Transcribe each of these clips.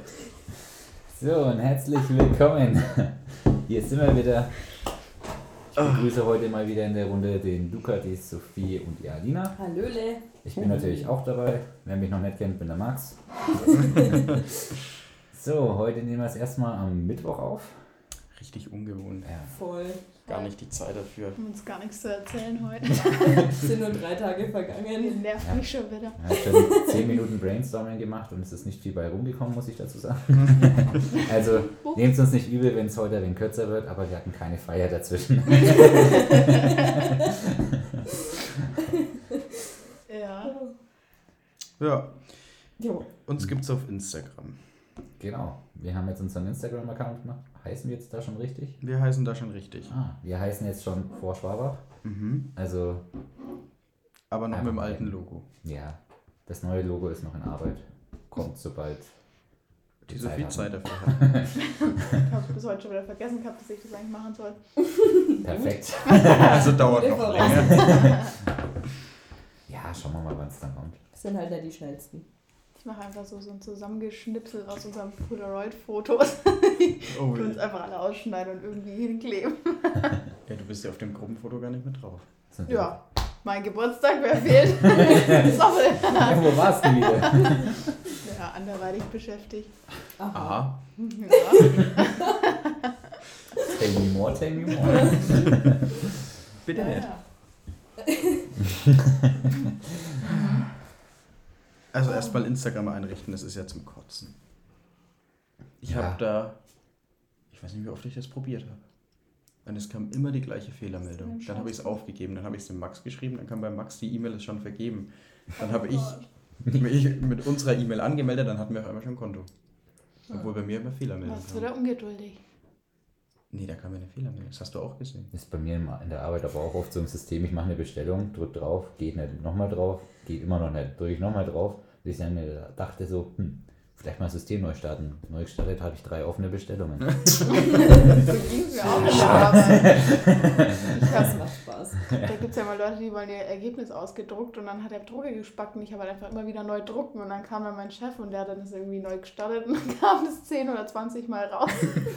So, und herzlich willkommen. Hier sind wir wieder. Ich begrüße heute mal wieder in der Runde den Luca, die Sophie und die Alina. Hallöle. Ich bin natürlich auch dabei. Wer mich noch nicht kennt, bin der Max. So, heute nehmen wir es erstmal am Mittwoch auf. Richtig ungewohnt. Ja. Voll. Gar nicht die Zeit dafür. Wir haben uns gar nichts zu erzählen heute. Es sind nur 3 Tage vergangen. Nervt mich schon wieder. Ich habe schon 10 Minuten Brainstorming gemacht und es ist nicht viel bei rumgekommen, muss ich dazu sagen. Also nehmt es uns nicht übel, wenn es heute ein wenig kürzer wird, aber wir hatten keine Feier dazwischen. Ja. Ja, Jo. uns gibt's auf Instagram. Genau, wir haben jetzt unseren Instagram-Account gemacht. Heißen wir jetzt da schon richtig? Wir heißen da schon richtig. Wir heißen jetzt schon vor Schwabach. Mhm. Also, Aber noch mit dem alten Logo. ja, das neue Logo ist noch in Arbeit. Kommt sobald Die so viel haben. Zeit dafür hat. Ich habe bis heute schon wieder vergessen gehabt, dass ich das eigentlich machen soll. Perfekt. Also dauert noch länger. Ja, schauen wir mal, wann es dann kommt. Das sind halt nicht die schnellsten. Ich mache einfach so ein Zusammengeschnipsel aus unseren Polaroid-Fotos. Oh, Und uns einfach alle ausschneiden und irgendwie hinkleben. ja, du bist ja auf dem Gruppenfoto gar nicht mit drauf. Sind Ja, mein Geburtstag, wer fehlt? Sorry. Ja, wo warst du wieder? Ja, anderweitig beschäftigt. Aha. Ja. Tell me more, tell me more. Bitte Ja, nicht. ja. Also erstmal Instagram einrichten, das ist ja zum Kotzen. Ich Ja. habe da, ich weiß nicht, wie oft ich das probiert habe. Und es kam immer die gleiche Fehlermeldung. Dann habe ich es aufgegeben, dann habe ich es dem Max geschrieben, dann kam bei Max, die E-Mail ist schon vergeben. Dann habe ich mich mit unserer E-Mail angemeldet, dann hatten wir auf einmal schon ein Konto. Obwohl bei mir immer Fehlermeldung Warst du kam. da ungeduldig? Nee, da kam eine Fehlermeldung, das hast du auch gesehen. Ist bei mir in der Arbeit aber auch oft so im System, ich mache eine Bestellung, drück drauf, geht nicht, nochmal drauf, geht immer noch nicht, drücke ich nochmal drauf, bis ich dann mir dachte so, vielleicht mal System neu starten. Neu gestartet habe ich 3 offene Bestellungen. So ging es mir auch in der Arbeit. Das macht Spaß. Da gibt es ja mal Leute, die wollen ihr Ergebnis ausgedruckt und dann hat der Drucker gespackt und ich habe halt einfach immer wieder neu drucken und dann kam dann mein Chef und der hat dann das irgendwie neu gestartet und dann kam das 10 oder 20 Mal raus.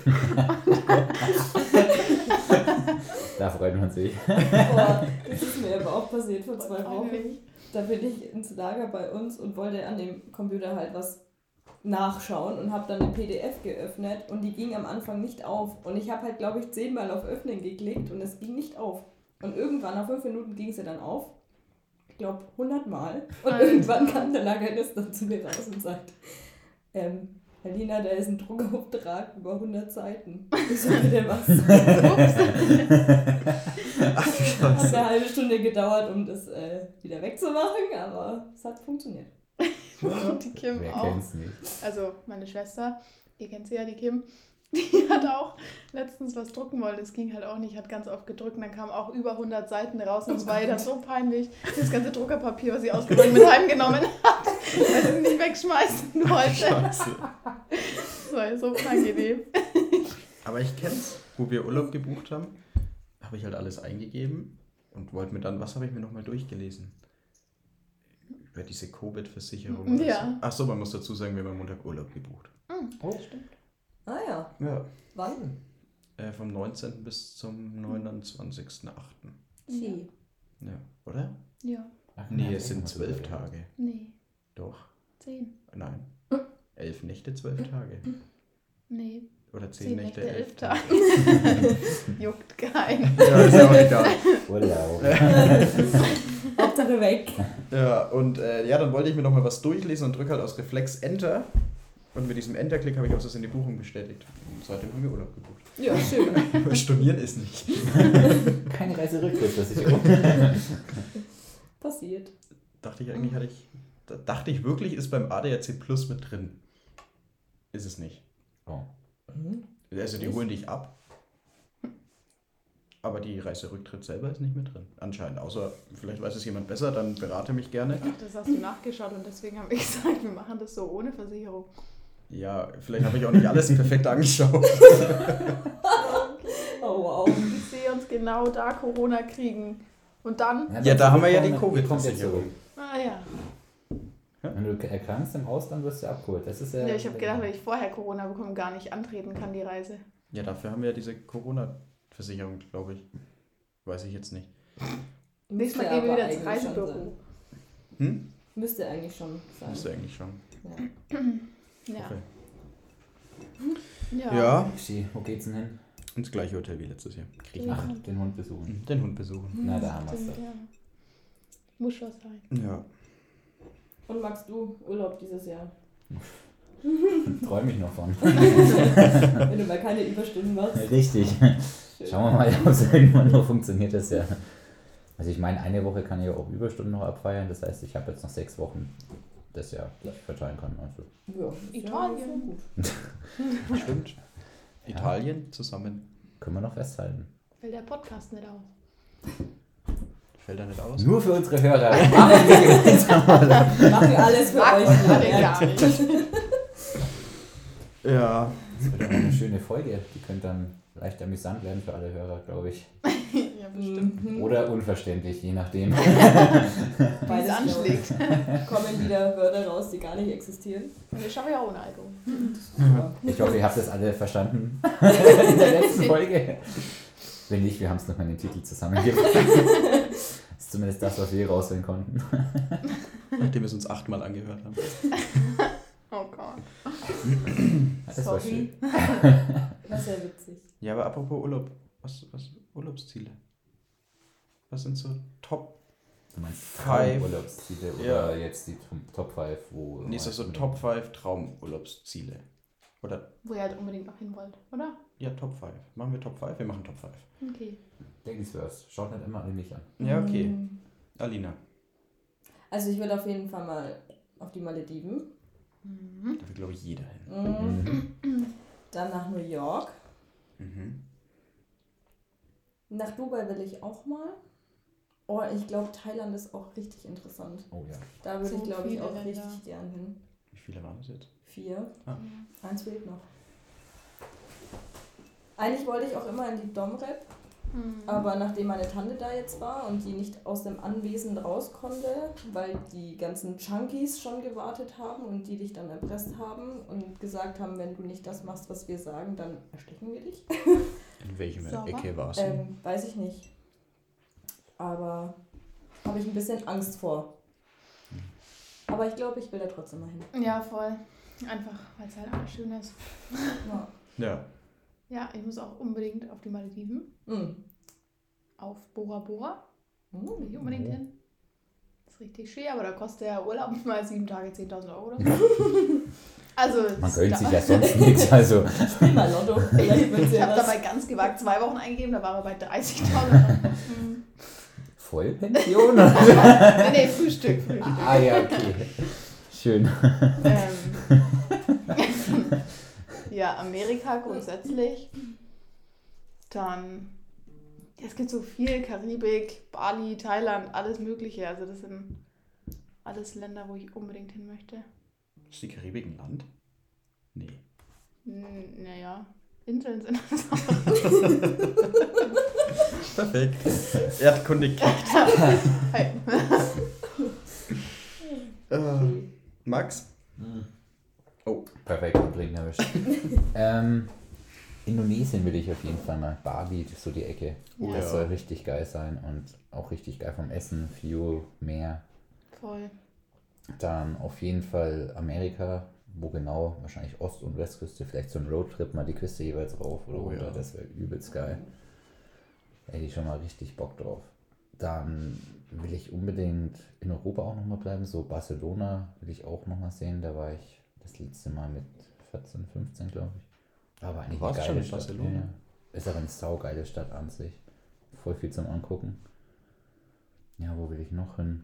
Da freut man sich. Boah, das ist mir aber auch passiert vor 2 Wochen. Peinlich. Da bin ich ins Lager bei uns und wollte an dem Computer halt was nachschauen und habe dann eine PDF geöffnet und die ging am Anfang nicht auf. Und ich habe halt, glaube ich, 10-mal auf Öffnen geklickt und es ging nicht auf. Und irgendwann, nach 5 Minuten, ging sie dann auf. Ich glaube, 100 Mal. Und Alter. irgendwann kam der Lagerist dann zu mir raus und sagt, Alina, da ist ein Druckauftrag über 100 Seiten. Ich so, bitte was? Hat eine halbe Stunde gedauert, um das wieder wegzumachen, aber es hat funktioniert. Die Kim Wer auch. kennt's nicht? Also meine Schwester, ihr kennt sie ja, die Kim, die hat auch letztens was drucken wollen. Das ging halt auch nicht, hat ganz oft gedrückt und dann kamen auch über 100 Seiten raus und es war ihr dann so peinlich, das ganze Druckerpapier, was sie ausgedruckt mit heimgenommen hat, weil sie es nicht wegschmeißen wollte. Scheiße. Das war ihr so unangenehm. Aber ich kenn's, wo wir Urlaub gebucht haben, habe ich halt alles eingegeben und wollte mir dann, was habe ich mir nochmal durchgelesen? Über diese Covid-Versicherung. oder Ja. So. Achso, man muss dazu sagen, wir haben am Montag Urlaub gebucht. Oh, Ah ja, Ja. wann? Vom 19. bis zum 29.8. Sie. Ja, oder? Ja, Nee, es sind 12 Tage. nee, Doch. 10, Nein. 11 Nächte, 12 Tage. nee, Oder 10 10 Nächte, Nächte, 11 11 Tage. Tage. Juckt keinen. Ja, ist ja auch egal. Urlaub. Hauptsache weg. Ja, und ja, dann wollte ich mir nochmal was durchlesen und drücke halt aus Reflex Enter. Und mit diesem Enter-Klick habe ich auch das in die Buchung bestätigt. Und seitdem haben wir Urlaub gebucht. Ja, schön. Stornieren ist nicht. Keine Reiserücktrittsversicherung. Passiert. Dachte ich eigentlich, dachte ich wirklich, ist beim ADAC Plus mit drin. Ist es nicht. Oh. Also die holen dich ab. Aber die Reiserücktritt selber ist nicht mit drin. Anscheinend. Außer, vielleicht weiß es jemand besser, dann berate mich gerne. Das hast du nachgeschaut und deswegen haben wir gesagt, wir machen das so ohne Versicherung. Ja, vielleicht habe ich auch nicht alles perfekt angeschaut. Oh wow. Ich sehe uns genau da Corona kriegen. Und dann, Ja, da haben wir ja die Covid-Versicherung. Covid-Versicherung. ah ja, Wenn du erkrankst im Ausland, wirst du abgeholt. Das ist ja. Ja, ich habe gedacht, wenn ich vorher Corona bekomme, gar nicht antreten kann, die Reise. Ja, dafür haben wir ja diese Corona-Versicherung, glaube ich. Weiß ich jetzt nicht. Nächstes Mal gehen wir wieder ins Reisebüro. Müsste eigentlich schon sein. Müsste eigentlich schon. Ja. Okay. Ja. Schi, wo geht's denn hin? Ins gleiche Hotel wie letztes Jahr. Ach, den Hund besuchen. Den Hund besuchen. Na, da haben wir's Stimmt, doch. ja. Muss schon sein. Ja. Und magst du Urlaub dieses Jahr? Träume ich noch von. Wenn du mal keine Überstunden machst. Richtig. Schön. Schauen wir mal, ob es irgendwann noch funktioniert das ja. Also ich meine, eine Woche kann ich ja auch Überstunden noch abfeiern. Das heißt, ich habe jetzt noch 6 Wochen das Jahr, die ich verteilen kann. Also. Ja, Italien. Ja, gut. Stimmt. Italien zusammen. Können wir noch festhalten. Fällt der Podcast nicht aus. Fällt da nicht aus? Nur für unsere Hörer. Machen wir gemeinsam Urlaub. Machen wir alles für Mag euch. man Ja. gar nicht. Ja. Das wird auch eine schöne Folge. Die könnte dann leicht amüsant werden für alle Hörer, glaube ich. Ja, bestimmt. Mhm. Oder unverständlich, je nachdem. Wie es Beides anschlägt. kommen wieder Wörter raus, die gar nicht existieren. Und das schaffe ich auch ohne Alkohol. Ja. Ich hoffe, ihr habt das alle verstanden in der letzten Folge. Wenn nicht, wir haben es noch mal in den Titel zusammengefasst. Das ist zumindest das, was wir rausholen konnten. Nachdem wir es uns 8-mal angehört haben. Oh Gott. Das war schön. Das ist ja witzig. Ja, aber apropos Urlaub. Was Urlaubsziele? Was sind so Top? Du meinst 5 Traumurlaubsziele oder Ja. jetzt die Top 5, wo... Nee, so Top 5 Traumurlaubsziele. Oder? Wo ihr halt unbedingt noch hin wollt, oder? Ja, Top 5. Machen wir Top 5? Wir machen Top 5. Okay. Ladies first. Schaut nicht immer alle mich an. Ja, okay. Mhm. Alina. Also ich will auf jeden Fall mal auf die Malediven. Mhm. Da will, glaube ich, jeder hin. Mhm. Dann nach New York. Mhm. Nach Dubai will ich auch mal. Oh, ich glaube, Thailand ist auch richtig interessant. Oh ja. Da würde So ich, glaube ich, viele auch Länder. richtig gern hin. Wie viele waren das jetzt? 4. Ah. 1 fehlt noch. Eigentlich wollte ich auch immer in die Domrep, Mhm. aber nachdem meine Tante da jetzt war und die nicht aus dem Anwesen raus konnte, weil die ganzen Junkies schon gewartet haben und die dich dann erpresst haben und gesagt haben, wenn du nicht das machst, was wir sagen, dann erstechen wir dich. In welchem Sauber? Ecke war es? Weiß ich nicht. Aber habe ich ein bisschen Angst vor. Aber ich glaube, ich will da trotzdem mal hin. Ja, voll. Einfach, weil es halt alles schön ist. Ja. Ja. Ja, ich muss auch unbedingt auf die Malediven. Mhm. Auf Bora Bora. Will ich Mhm. unbedingt Oh. hin. Das ist richtig schön, aber da kostet der Urlaub mal 7 Tage 10.000 Euro oder so. Also, Man gönnt sich ja sonst nichts. Also. Spiel mal Lotto. Vielleicht wird ich ja habe was. dabei ganz gewagt 2 Wochen eingegeben, da war er bei 30.000. Vollpension? Nee, Frühstück. Ah ja, okay. Schön. Ja, Amerika grundsätzlich. Dann, ja, es gibt so viel, Karibik, Bali, Thailand, alles Mögliche. Also das sind alles Länder, wo ich unbedingt hin möchte. Ist die Karibik ein Land? Nee. Naja, Inseln sind das auch. Perfekt. Erdkunde kriegt. Hey. Max? Oh. Perfekt, und Trinken erwischt. Indonesien will ich auf jeden Fall mal. Bali, so die Ecke. Ja. Das soll richtig geil sein und auch richtig geil vom Essen, View, Meer. Voll. Dann auf jeden Fall Amerika, wo genau, wahrscheinlich Ost- und Westküste, vielleicht so ein Roadtrip, mal die Küste jeweils rauf oder Oh runter, ja. das wäre übelst geil. Da hätte ich schon mal richtig Bock drauf. Dann will ich unbedingt in Europa auch nochmal bleiben, so Barcelona will ich auch nochmal sehen, da war ich das letzte Mal mit 14, 15 glaube ich. Aber eigentlich Du warst eine schon geile in Stadt. Barcelona? Ja. Ist aber eine saugeile Stadt an sich. Voll viel zum Angucken. Ja, wo will ich noch hin?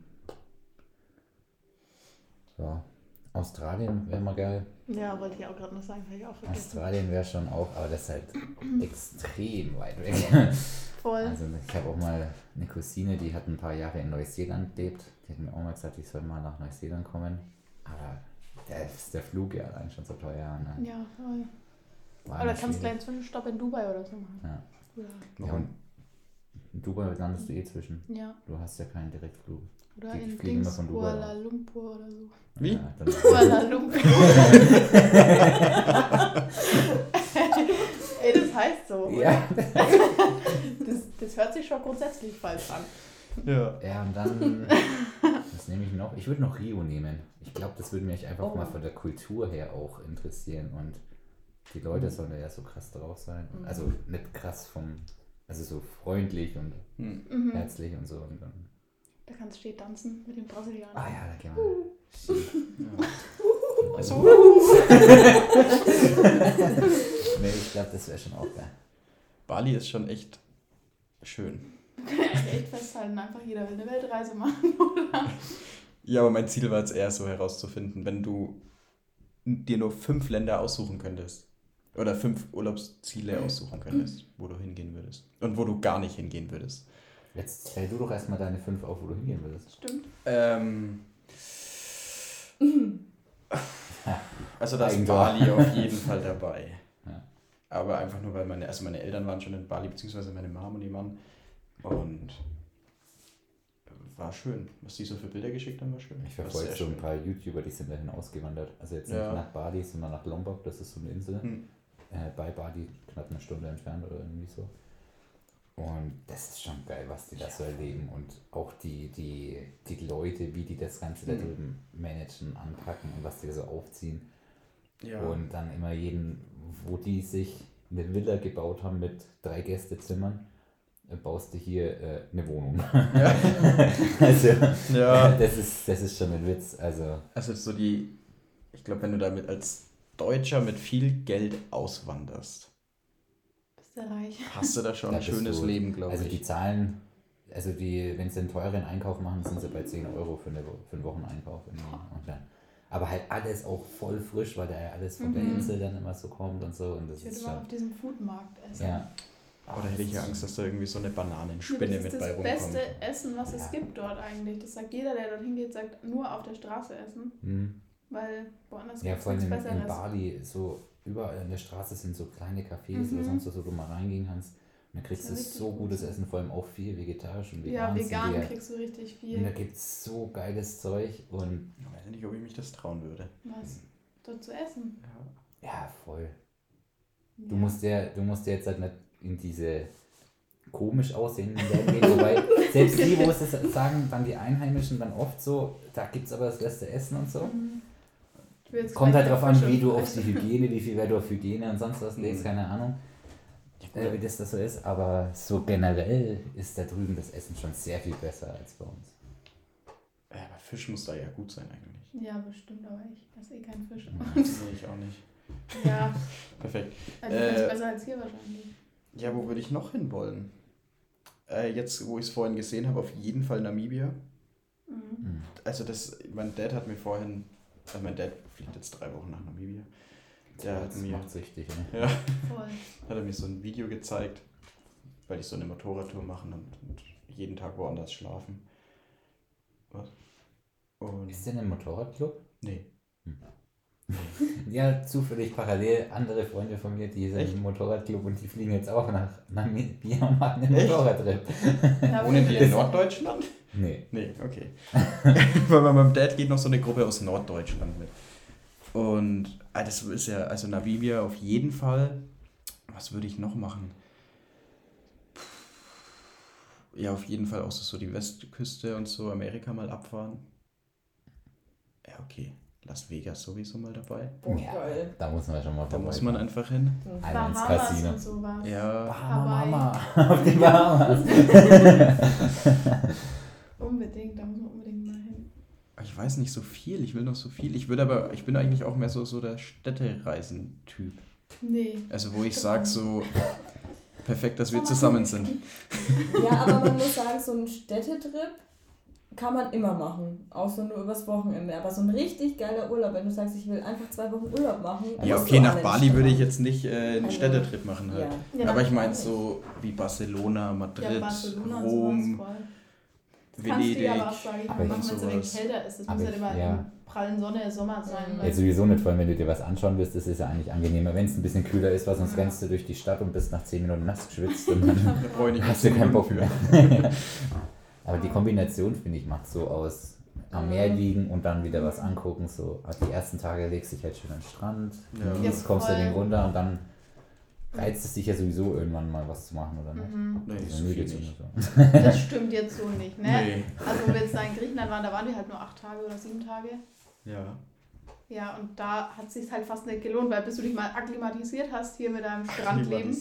Ja, Australien wäre mal geil. Ja, wollte ich auch gerade noch sagen, habe ich auch vergessen. Australien wäre schon auch, aber das ist halt extrem weit weg. Voll. Also ich habe auch mal eine Cousine, die hat ein paar Jahre in Neuseeland gelebt. Die hat mir auch mal gesagt, ich soll mal nach Neuseeland kommen. Aber da ist der Flug ja allein schon so teuer. Ne? Ja, voll. War Oder nicht kannst du gleich schwierig. einen Zwischenstopp in Dubai oder so machen. Ja. Oder, Ja, und in Dubai landest du eh zwischen. ja. Du hast ja keinen Direktflug. Oder Die in fliegen immer Dings von Dubai Kuala aus. Lumpur oder so. Wie? Ja, dann, Kuala Lumpur. Ey, das heißt so. Oder? ja. Das hört sich schon grundsätzlich falsch an. Ja. Ja, und dann, was nehme ich noch? Ich würde noch Rio nehmen. Ich glaube, das würde mich einfach mal von der Kultur her auch interessieren und die Leute sollen da ja so krass drauf sein. Also nicht krass also so freundlich und herzlich und so. Und dann, Da kannst du tanzen mit den Brasilianern. ah ja, da gehen wir. Ja. Also, nee, ich glaube, das wäre schon auch geil. Bali ist schon echt schön. Wir können eigentlich echt festhalten, einfach jeder will eine Weltreise machen, oder? Ja, aber mein Ziel war jetzt eher so herauszufinden, wenn du dir nur 5 Länder aussuchen könntest oder 5 Urlaubsziele aussuchen könntest, wo du hingehen würdest und wo du gar nicht hingehen würdest. Jetzt zähl du doch erstmal deine 5 auf, wo du hingehen würdest. Stimmt. Also da ist Eigentor. Bali auf jeden Fall dabei. Ja. Aber einfach nur, weil meine Eltern waren schon in Bali, beziehungsweise meine Mom und die Mann. Und war schön. Was die so für Bilder geschickt haben, war schön. Ich War verfolge sehr so ein schön. paar YouTuber, die sind dahin ausgewandert. Also jetzt nicht Ja. nach Bali, sondern nach Lombok, das ist so eine Insel. Hm. Bei Bali knapp eine Stunde entfernt oder irgendwie so. Und das ist schon geil, was die da so erleben und auch die Leute, wie die das Ganze da drüben managen, anpacken und was die da so aufziehen. Ja. Und dann immer wo die sich eine Villa gebaut haben mit 3 Gästezimmern, baust du hier eine Wohnung. Also Ja. das ist schon ein Witz. Also Also so ich glaube, wenn du damit als Deutscher mit viel Geld auswanderst, Bist du reich? hast du da schon da ein bist schönes du- Leben, glaube also ich. die Zahlen, wenn sie einen teuren Einkauf machen, sind sie bei 10 Euro für einen Wocheneinkauf. Und dann, aber halt alles auch voll frisch, weil da ja alles von der Insel dann immer so kommt und so. Und das Ich würde ist mal schon, auf diesem Foodmarkt essen. ja. Oder hätte ich ja Angst, dass da irgendwie so eine Bananenspinne das mit ist bei das rumkommt. beste Essen, was es Ja. gibt dort eigentlich. Das sagt jeder, der dorthin geht, sagt nur auf der Straße essen, weil woanders Ja, gibt es vor allem nichts in Besseres. Bali, so überall in der Straße sind so kleine Cafés oder sonst was, wo du mal reingehen kannst. Und dann kriegst Das du ist richtig so gut. gutes Essen, vor allem auch viel vegetarisch und Ja, vegan. vegan sind die kriegst du richtig ja, und da viel. gibt es so geiles Zeug und Ich weiß nicht, ob ich mich das trauen würde. Was dort zu essen. ja, voll. Ja. Du musst ja jetzt halt nicht in diese komisch aussehenden Läden gehen, wobei selbst die, wo es das sagen, dann die Einheimischen dann oft so, da gibt es aber das beste Essen und so. Ich will jetzt Kommt gleich halt drauf eine an, frische wie du auf Fleisch. die Hygiene, wie viel Wert du auf Hygiene und sonst was legst, keine Ahnung, wie das so ist, aber so generell ist da drüben das Essen schon sehr viel besser als bei uns. Ja, aber Fisch muss da ja gut sein eigentlich. Ja, bestimmt, aber ich esse eh keinen Fisch. Nee, ich auch nicht. Ja, Perfekt. also das ist besser als hier wahrscheinlich. Ja, wo würde ich noch hin wollen? Jetzt, wo ich es vorhin gesehen habe, auf jeden Fall Namibia. Mhm. Also mein Dad hat mir vorhin, mein Dad fliegt jetzt 3 Wochen nach Namibia. Der hat das mir, macht's richtig, ne? ja, Voll. hat er mir so ein Video gezeigt, weil ich so eine Motorradtour machen und jeden Tag woanders schlafen. Was? Und Ist denn ein Motorradclub? nee. Ja, zufällig parallel andere Freunde von mir, die sind Echt? im Motorradclub und die fliegen jetzt auch nach Namibia und machen einen Echt? Motorradtrip. Ja, Wohnen die in das- Norddeutschland? Nee. Nee, okay. Weil bei meinem Dad geht noch so eine Gruppe aus Norddeutschland mit. Und das ist ja, also Namibia auf jeden Fall. Was würde ich noch machen? Ja, auf jeden Fall auch so die Westküste und so, Amerika mal abfahren. Ja, okay. Las Vegas sowieso mal dabei. Boah, Ja, geil. da muss man schon mal Da vorbei. muss man einfach hin. Einmal ins Bahamas Casino. und sowas. Ja, Mama, auf die Bahamas. Unbedingt, da muss man unbedingt mal hin. ich weiß nicht so viel. Ich will noch so viel. Ich bin eigentlich auch mehr so der Städtereisen-Typ. Nee. Also wo ich sage so, perfekt, dass wir zusammen sind. Ja, aber man muss sagen, so einen Städtetrip kann man immer machen. Auch so nur übers Wochenende. Aber so ein richtig geiler Urlaub, wenn du sagst, ich will einfach 2 Wochen Urlaub machen. Ja, musst okay, du nach alle Bali nicht würde ich machen. jetzt nicht einen Also, Städtetrip machen halt. Ja. Ja, Aber ich meine nicht. so wie Barcelona, Madrid, Ja, Barcelona und Rom, sowas voll. Das kannst du ja aber auch, Venedig. sage ich Aber mal, ich machen, wenn es ein wenig sowas. kälter ist. Das Aber muss halt ich- immer ja. in prallen Sonne, Sommer sein. Ja, sowieso nicht, vor allem wenn du dir was anschauen willst, das ist ja eigentlich angenehmer, wenn es ein bisschen kühler ist, weil sonst rennst du durch die Stadt und bist nach 10 Minuten nass geschwitzt und dann Da brauche ich nicht hast du keinen Bock für. mehr. Aber die Kombination, finde ich, macht so aus am Meer liegen und dann wieder was angucken. So, die ersten Tage legst du dich halt schön an den Strand, genießt, Ja, kommst du voll. den runter und dann reizt es dich ja sowieso irgendwann mal was zu machen, oder nicht? Nee, So so müde viel zu nicht. so. Das stimmt jetzt so nicht, ne? Nee. Also, wo wir jetzt da in Griechenland waren, da waren wir halt nur 8 Tage oder 7 Tage. Ja. Ja, und da hat es sich halt fast nicht gelohnt, weil bis du dich mal akklimatisiert hast hier mit deinem Strandleben,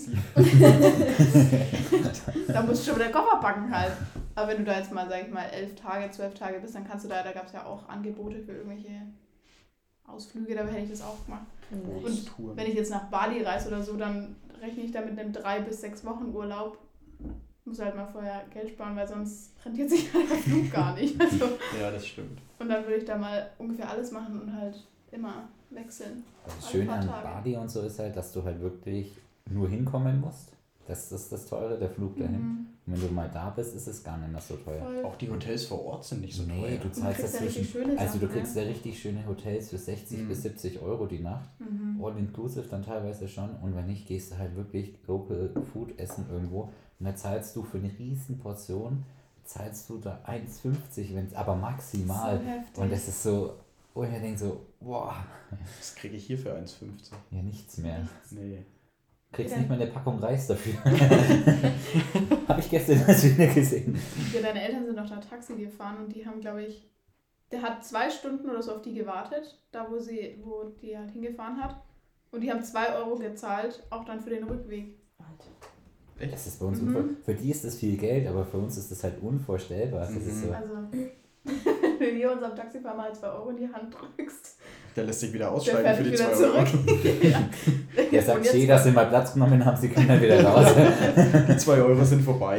da musst du schon wieder Koffer packen halt. Aber wenn du da jetzt mal, sag ich mal, 11 Tage, 12 Tage bist, dann kannst du da gab es ja auch Angebote für irgendwelche Ausflüge, da hätte ich das auch gemacht. Und Touren. wenn ich jetzt nach Bali reise oder so, dann rechne ich da mit einem 3 bis 6 Wochen Urlaub. Muss halt mal vorher Geld sparen, weil sonst rentiert sich halt der Flug gar nicht. Also, Ja, das stimmt. und dann würde ich da mal ungefähr alles machen und halt immer wechseln. Das Alle Schöne paar an Tage. Bali und so ist halt, dass du halt wirklich nur hinkommen musst. Das ist das Teure, der Flug dahin. Und wenn du mal da bist, ist es gar nicht mehr so teuer. Voll. Auch die Hotels vor Ort sind nicht so Nee, teuer. du zahlst kriegst ja dazwischen. richtig schöne Also du Sachen, kriegst ja richtig schöne Hotels für 60 bis 70 Euro die Nacht. All inclusive dann teilweise schon. Und wenn nicht, gehst du halt wirklich Local Food essen irgendwo. Und da zahlst du für eine riesen Portion, zahlst du da 1,50, wenn's aber maximal. So heftig. Und das ist so, wo ich mir denke so, boah, Das kriege ich hier für 1,50. ja nichts mehr. Nee. Kriegst Ja. nicht mal eine Packung Reis dafür. Habe ich gestern erst wieder gesehen. Ja, deine Eltern sind noch da Taxi gefahren und die haben, glaube ich, der hat 2 Stunden oder so auf die gewartet, da wo die halt hingefahren hat. Und die haben 2 Euro gezahlt, auch dann für den Rückweg. Das ist bei uns für die ist das viel Geld, aber für uns ist das halt unvorstellbar. Das ist so, Also, wenn wir unserem Taxifahrer mal 2 Euro in die Hand drückst, Der lässt sich wieder der aussteigen fährt für die dich 2 wieder Euro. zurück. Ja. der Und sagt, jetzt schön, dass sie mal Platz genommen haben, sie können dann wieder raus. Die 2 Euro sind vorbei.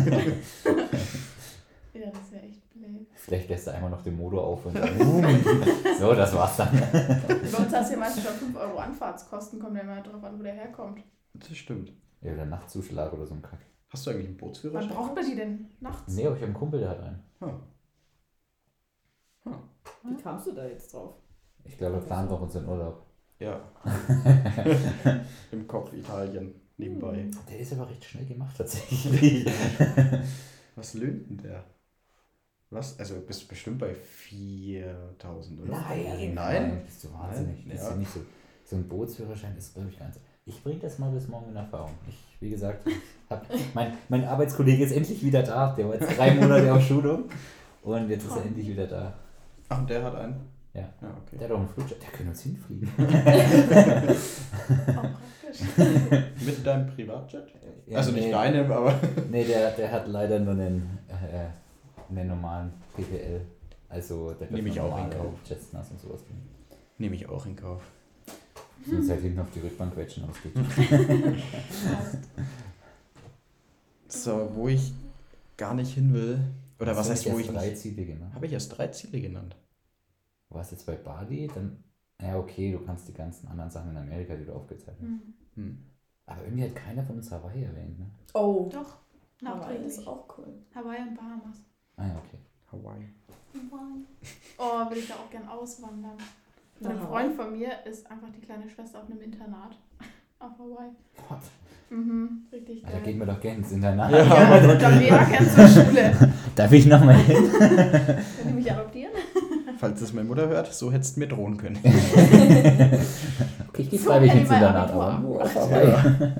Ja, das wäre echt blöd. Vielleicht lässt er einmal noch den Motor auf und dann, so, das war's dann. Bei uns hast du ja meistens schon 5 Euro Anfahrtskosten, kommt ja immer drauf an, wo der herkommt. Das stimmt. Ja, oder Nachtzuschlag oder so ein Kack. Hast du eigentlich einen Wann Bootsführerschein? braucht man die denn nachts? Nee, aber ich habe einen Kumpel, der hat einen. Wie kamst du da jetzt drauf? Ich glaube, wir planen doch unseren Urlaub. Ja. Im Kopf Italien nebenbei. Der ist aber recht schnell gemacht tatsächlich. Was löhnt denn der? Was? Also bist du bestimmt bei 4.000, oder? Nein. Bist du wahnsinnig. Nein? Das ist Ja. ja nicht so. So ein Bootsführerschein ist, glaube ich, ganz. Ich bringe das mal bis morgen in Erfahrung. Wie gesagt, mein Arbeitskollege ist endlich wieder da. Der war jetzt 3 Monate auf Schulung und jetzt ist er endlich wieder da. Ach, und der hat einen? Ja. Ja, okay. Der hat auch einen Flugschein. Der kann uns hinfliegen. Auch praktisch. Mit deinem Privatjet? Ja, Also nicht nee, deinem, aber... Nee, der hat leider nur einen normalen PPL. Also der Nehme ich nur auch in normale Kauf. Cessnas und sowas fliegen. Nehme ich auch in Kauf. Ich muss halt hinten auf die Rückbank quetschen, aber es geht. So, wo ich gar nicht hin will. Oder was heißt, wo ich 3 nicht... Ziele genannt. Habe ich erst 3 Ziele genannt. Du warst jetzt bei Bali, dann. Ja, okay, du kannst die ganzen anderen Sachen in Amerika, die du aufgezeigt hast. Hm. Aber irgendwie hat keiner von uns Hawaii erwähnt, ne? Oh, Doch, Hawaii nachträglich. ist auch cool. Hawaii und Bahamas. Ah ja, okay. Hawaii. Oh, will ich da auch gern auswandern. Ein Nach Freund von mir ist einfach die kleine Schwester auf einem Internat auf Hawaii. What? Mhm, richtig Ah, da geil. gehen wir doch gerne ins Internat. Ja. Ja, dann wäre er gern zur Schule. Darf ich nochmal hin? Kann ich mich adoptieren? Falls das meine Mutter hört, so hättest du mir drohen können. Okay, ich gehe So freiwillig hätte ins ich mein Internat, Abitur aber nur auf abgemacht. Hawaii.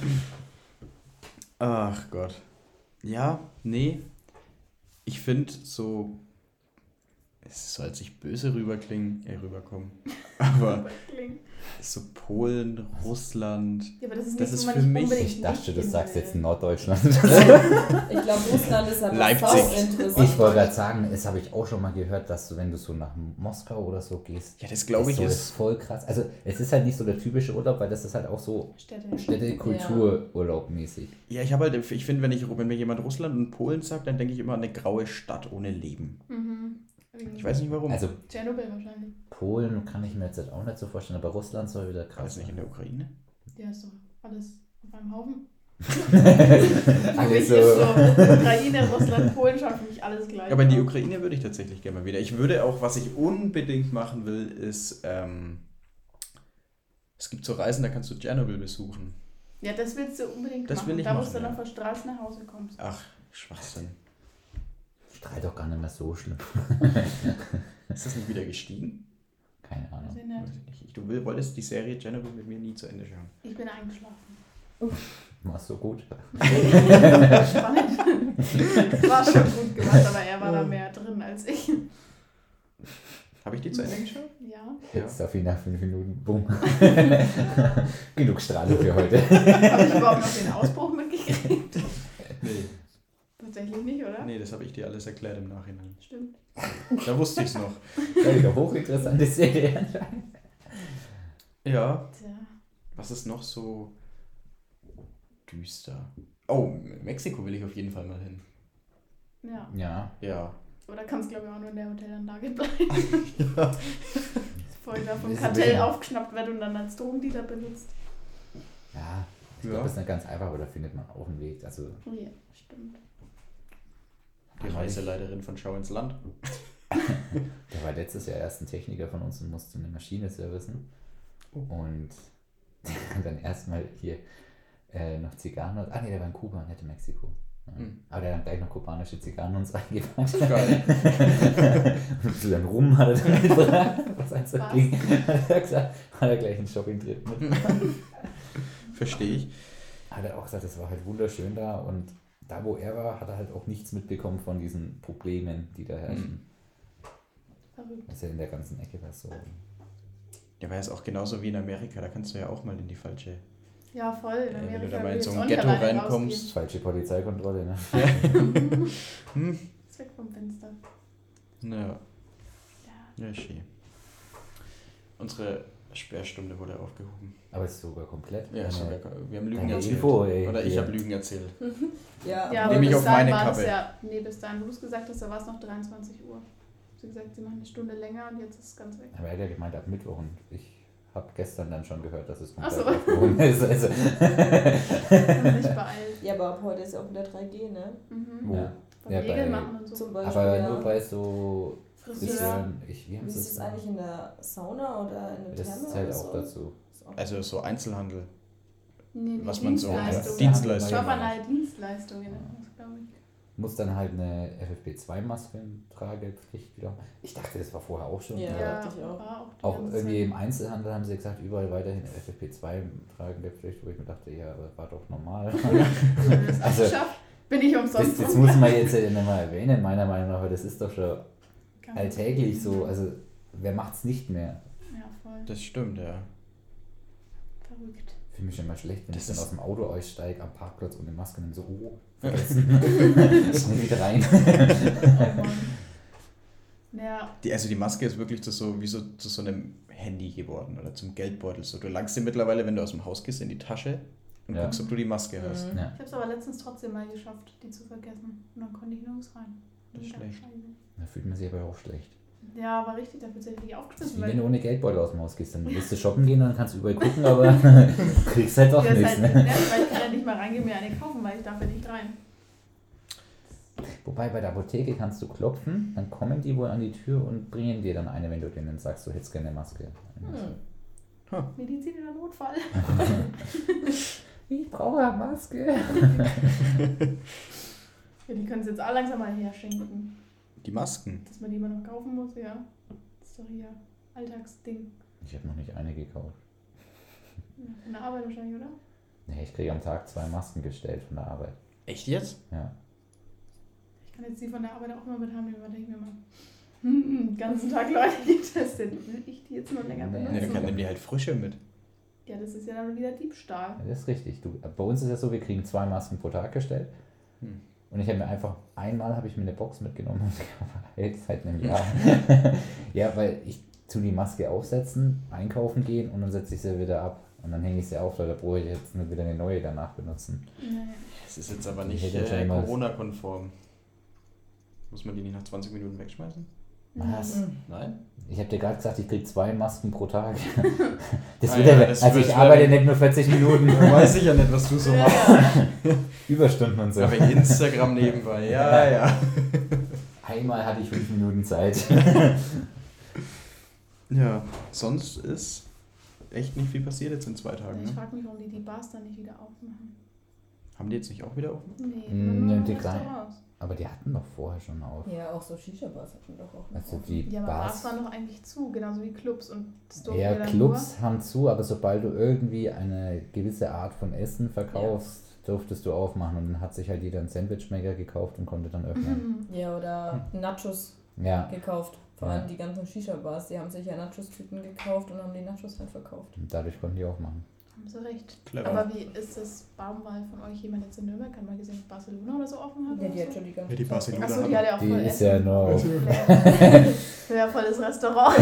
Ach Gott. Ja, nee. Ich finde so... Es soll jetzt nicht böse rüberkommen. Aber Klingt. so Polen, Russland... Ja, aber das ist Das nicht ist so, wo für man nicht mich- unbedingt Ich dachte, nicht du hin sagst will. jetzt Norddeutschland. Ich glaube, Russland ist aber Leipzig. sau interessant. Ich wollte gerade sagen, das habe ich auch schon mal gehört, dass du, wenn du so nach Moskau oder so gehst, Ja, das glaube ich so, das ist... ist voll krass. Also es ist halt nicht so der typische Urlaub, weil das ist halt auch so Städte. Städte-Kultururlaub mäßig. Ja, ich habe halt... Ich finde, wenn mir jemand Russland und Polen sagt, dann denke ich immer an eine graue Stadt ohne Leben. Mhm. Ich weiß nicht warum. Also Tschernobyl wahrscheinlich. Polen kann ich mir jetzt halt auch nicht so vorstellen, aber Russland soll wieder War krass das nicht in sein. der Ukraine? Ja, ist doch alles auf einem Haufen. Alles Für mich ist so. so Ukraine, Russland, Polen schon für mich alles gleich. Aber in die Ukraine würde ich tatsächlich gerne mal wieder. Ich würde auch, was ich unbedingt machen will, ist... es gibt so Reisen, da kannst du Tschernobyl besuchen. Ja, das willst du unbedingt Das machen. will ich da machen, musst du ja. dann verstrahlt nach Hause kommst. Ach, Schwachsinn. strahlt doch gar nicht mehr so schlimm. Ist das nicht wieder gestiegen? Keine Weiß Ahnung. ich Weiß nicht. ich nicht. Du wolltest die Serie Chernobyl mit mir nie zu Ende schauen. Ich bin eingeschlafen. Machst du gut. Spannend. War schon gut gemacht, aber er war da mehr drin als ich. Habe ich die zu Ende geschaut? Ja. Jetzt auf ihn nach 5 Minuten. Bumm. Genug Strahlung für heute. Habe ich überhaupt noch den Ausbruch mitgekriegt? Nee. Tatsächlich nicht, oder? Nee, das habe ich dir alles erklärt im Nachhinein. Stimmt. Da wusste ich es noch. Eine hochinteressante Serie anscheinend. Ja. Tja. Was ist noch so düster? Oh, Mexiko will ich auf jeden Fall mal hin. Ja. Ja. Ja. Oder kann es, glaube ich, auch nur in der Hotelanlage bleiben. Ja. Bevor ich da vom Das ist Kartell wirklich- aufgeschnappt werde und dann als Drogendealer benutzt. Ja. Ich Ja. glaube, das ist nicht ganz einfach, aber da findet man auch einen Weg. Also, Oh ja, stimmt. Die Reiseleiterin von Schau ins Land. der war letztes Jahr erst ein Techniker von uns und musste eine Maschine servicen. Oh. Und der hat dann erstmal hier noch Zigarren. Ah, nee, der war in Kuba, nicht in Mexiko. Ja. Aber der hat dann gleich noch kubanische Zigarren uns reingepackt. Geil. Und ein bisschen Rum hat er dann mitgebracht, was eins so Was? ging. Hat er gesagt, hat er gleich einen Shopping-Trip mit. Verstehe ich. Hat er auch gesagt, es war halt wunderschön da und da, wo er war, hat er halt auch nichts mitbekommen von diesen Problemen, die da herrschen. Verrückt. Das ist ja in der ganzen Ecke was so. Ja, aber es ist auch genauso wie in Amerika. Da kannst du ja auch mal in die falsche. Ja, voll. In Wenn du Amerika da mal in will so ich ein auch nicht Ghetto alleine reinkommst. Falsche Polizeikontrolle, ne? Hm? Ist weg vom Fenster. Ja. Ja. Ja, schön. Unsere Sperrstunde wurde aufgehoben. Aber es ist sogar komplett. Ja, Eine- sogar, wir haben Lügen Deine erzählt. Info, ey. Oder ich Ja. habe Lügen erzählt. Ja, Ja, Nehme aber ich bis auf dahin meine war das Kappe. ja, nee, bis dahin, wo du es gesagt hast, da war es noch 23 Uhr. Sie hat gesagt, sie machen eine Stunde länger und jetzt ist es ganz weg. Aber er hat ja gemeint ab Mittwoch und ich habe gestern dann schon gehört, dass es Ach so. aufgehoben ist. Also, Haben sich beeilt. ja, aber ab heute ist ja auch wieder 3G, ne? Mhm. wo? Ja. Von Ja, Nägel bei- machen und so. Zum Beispiel. Aber ja. nur bei so Friseur. Friseuren, wie haben Wie sie ist es eigentlich in der Sauna oder in der Das Therme zählt oder auch so? dazu. Ist auch- Also so Einzelhandel. Nee, Was man so- Dienstleistungen. Dienstleistungen. Körpernahe Dienstleistungen, das glaube ich. Muss dann halt eine FFP2-Maske Tragepflicht wieder. Ich dachte, das war vorher auch schon. Ja. aber dachte ich auch. war die Auch ganze irgendwie Zeit. im Einzelhandel haben sie gesagt, überall weiterhin FFP2-Tragepflicht, wo ich mir dachte, ja, aber war doch normal. Wenn du das Also, abschafft, bin ich umsonst. Das muss man jetzt ja nicht mal erwähnen, meiner Meinung nach, weil das ist doch schon Kann- alltäglich so. Also, wer macht's nicht mehr? Ja, voll. Das stimmt, ja. Verrückt. Ich fühle mich immer schlecht, wenn Das ich dann ist- aus dem Auto aussteige am Parkplatz ohne Maske und dann so, oh, vergessen. Schnell wieder rein. Oh Mann. Ja, Also die Maske ist wirklich wie so zu so einem Handy geworden oder zum Geldbeutel. So, du langst dir mittlerweile, wenn du aus dem Haus gehst, in die Tasche und Ja. guckst, ob du die Maske hast. Mhm. Ja. ich habe es aber letztens trotzdem mal geschafft, die zu vergessen. Und dann konnte ich nirgends rein. Das ist Mega schlecht. scheiße. Da fühlt man sich aber auch schlecht. Ja, aber richtig, dafür hätte ich Das aufgeschmissen. ist wie Weil wenn du ohne Geldbeutel aus dem Haus gehst. Dann willst du shoppen gehen und dann kannst du überall gucken, aber kriegst halt doch ja, ist nichts. halt, Ne? nervig, weil ich kann ja nicht mal reingehen, mir eine kaufen, weil ich darf ja nicht rein. Wobei bei der Apotheke kannst du klopfen, dann kommen die wohl an die Tür und bringen dir dann eine, wenn du denen sagst, du hättest gerne eine Maske. Hm. Medizin oder Notfall. Ich brauche eine Maske. Ja, die können es jetzt auch langsam mal herschenken. Die Masken. Dass man die immer noch kaufen muss, ja. Das ist doch hier Alltagsding. Ich habe noch nicht eine gekauft. Ja, von der Arbeit wahrscheinlich, oder? Nee, ich kriege am Tag 2 Masken gestellt von der Arbeit. Echt jetzt? Ja. Ich kann jetzt die von der Arbeit auch mal mit haben, aber denke ich mir mal, den ganzen Tag Leute getestet. Will ich die jetzt noch länger Nee. benutzen? Ne, dann nimm die halt frische mit. Ja, das ist ja dann wieder Diebstahl. Ja, das ist richtig. Bei uns ist es so, wir kriegen 2 Masken pro Tag gestellt. Hm. Und ich habe mir einfach, einmal habe ich mir eine Box mitgenommen und hält seit einem Jahr. Ja, weil ich tu die Maske aufsetzen, einkaufen gehen und dann setze ich sie wieder ab. Und dann hänge ich sie auf, weil da brauche ich jetzt nicht wieder eine neue danach benutzen. Naja. Es ist jetzt aber Ich nicht hätte schon mal- Corona-konform. Muss man die nicht nach 20 Minuten wegschmeißen? Was? Nein? Ich habe dir gerade gesagt, ich kriege 2 Masken pro Tag. Das Ah wird ja, ja, das also wird- ich arbeite nicht nur 40 Minuten. Weiß ich ja nicht, was du so machst. Überstunden und so. Aber Instagram nebenbei, ja, ja. Einmal hatte ich 5 Minuten Zeit. Ja, sonst ist echt nicht viel passiert jetzt in 2 Tagen. Ich Ne? frage mich, warum die Bars dann nicht wieder aufmachen. Haben die jetzt nicht auch wieder offen? Nee, Nee, nur die kleinen. Restaurants. Aber die hatten doch vorher schon auf. Ja, auch so Shisha-Bars hatten doch auch noch Also offen. die Ja, aber Bars Bars. waren doch eigentlich zu, genauso wie Clubs. Und das durften Ja, wir dann Clubs haben zu, aber sobald du irgendwie eine gewisse Art von Essen verkaufst, durftest du aufmachen. Und dann hat sich halt jeder einen Sandwichmaker gekauft und konnte dann nur. öffnen. Ja, oder Nachos Ja, gekauft. Vor Ja. allem die ganzen Shisha-Bars, die haben sich ja Nachos-Tüten gekauft und haben die Nachos halt verkauft. und dadurch konnten die aufmachen. Haben sie recht. Clever. Aber wie ist das Baumwahl von euch jemand jetzt in Nürnberg? Hat mal gesehen, dass Barcelona oder so offen hat? Ja, oder die hat so? schon die ganze Ja, die Zeit- Barcelona Achso, die hat ja auch Die voll ist Essen. ja nur auf. Ja, volles Restaurant.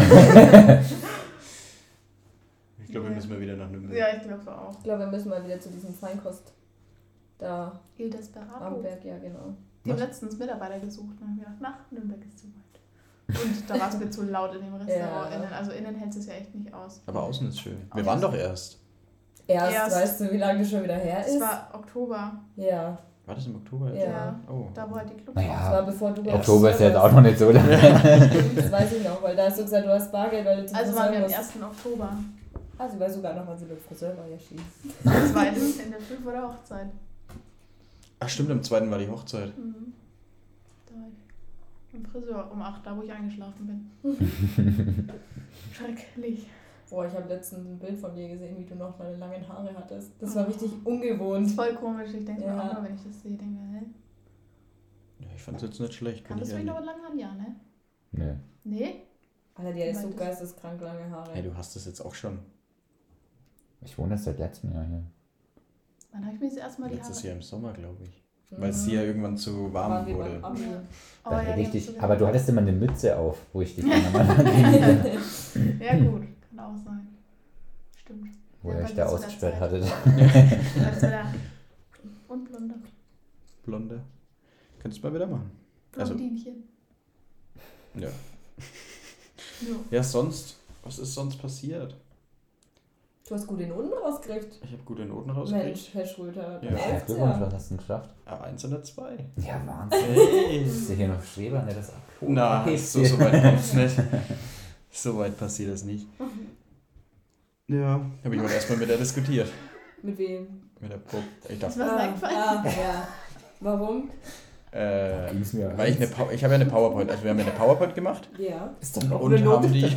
Ich glaube, wir müssen mal wieder nach Nürnberg. Ja, ich glaube auch. Ich glaube, wir müssen mal wieder zu diesem Feinkost da Il Desperado. am Berg, ja genau. Die haben Was? letztens Mitarbeiter gesucht und haben gedacht, Nürnberg ist zu weit. Und da war es mir zu laut in dem Restaurant. Ja. Innen. Also innen hält es ja echt nicht aus. Aber außen ist schön. Wir Außen waren ist- doch erst. Erst, weißt du, wie lange das schon wieder her Es ist? war Oktober. Ja, War das im Oktober? Ja. Oh. Da wo halt die Clubs Naja. das war bevor du bei Oktober ist ja jetzt Friseur auch noch nicht so lange. warst. Das weiß ich noch, weil da hast du gesagt, du hast Bargeld, weil du zum Also waren wir am musst. 1. Oktober. Also, ich weiß sogar noch, wann sie beim Friseur war, ja schieß. Das war in der 5 oder Hochzeit. Ach stimmt, am 2. war die Hochzeit. Mhm. Da war ich im Friseur um 8, da wo ich eingeschlafen bin. Schrecklich. Boah, ich habe letztens ein Bild von dir gesehen, wie du noch deine langen Haare hattest. Das war richtig ungewohnt. Das ist voll komisch. Ich denke mir Ja. auch mal, wenn ich das sehe, denke mir, hä? Ja, ich fand es jetzt nicht schlecht. bin Kanntest ich du mich noch ehrlich. mit langen Haaren, ja, ne? Nö. Nee? Alter, die hat so Meintest- geisteskrank lange Haare. Hey, du hast das jetzt auch schon. Ich wohne erst seit letztem Jahr hier. Wann habe ich mir das erste Mal die Letztes Haare... Jahr im Sommer, glaube ich. Mhm. Weil es hier irgendwann zu warm Waren wir wurde. beim Abi. Oh, Da ja, hätte die ich hast dich, du aber du gesagt. hattest immer eine Mütze auf, wo ich dich dann am Anfang gesehen Ja gut, kann auch sein. Stimmt. wo Ja, ihr weil euch da das zu der ausgesperrt Zeit- hattet. Als wir da... Und Blonde. Blonde. Könntest du mal wieder machen. Also- Blondinchen. Ja. Jo. Ja, sonst. Was ist sonst passiert? Du hast gute Noten rausgekriegt. Ich habe gute Noten rausgekriegt. Mensch, Herr Schröter. Ja. Ja, Elfter. Glückwunsch, was hast du denn geschafft? A1 und A2. Ja, Wahnsinn. Hey. Ist ja hier noch Streber, ne? Das Na, Okay, so weit kommt es nicht. So weit passiert es nicht. Ja, habe ich heute erstmal mit der diskutiert. Mit wem? Mit der Pup. Ich Was dachte, eingefallen? Ja. Warum? ging's mir weil ich habe ja eine PowerPoint, also wir haben ja eine PowerPoint gemacht Ja. Ist doch noch und eine Note. haben die,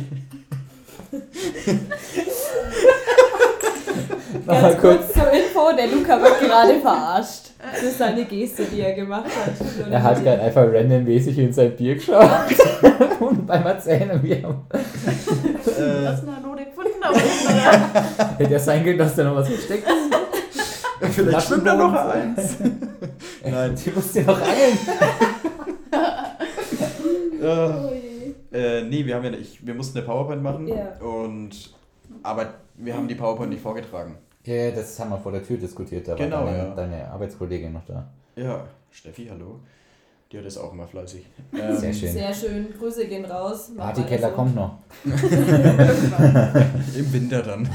Nochmal Ganz kurz. kurz zur Info, der Luca wird gerade verarscht. Das ist seine Geste, die er gemacht hat. Er hat gerade einfach randommäßig in sein Bier geschaut und beim Erzählen wir haben. Das ist eine Note gefunden, aber nicht Hätte ja sein können, dass da noch was versteckt ist. vielleicht schwimmt da noch Flaschenboden. eins. Nein. Die musst du noch angeln. Oh je. Nee, wir mussten eine PowerPoint machen Ja. aber wir haben die PowerPoint nicht vorgetragen. Ja, das haben wir vor der Tür diskutiert. Da Genau, war ja. deine Arbeitskollegin noch da. Ja, Steffi, hallo. Die hat das auch immer fleißig. Sehr schön. Sehr schön. Grüße gehen raus. Mach Partykeller weiter so. kommt noch. Im Winter dann.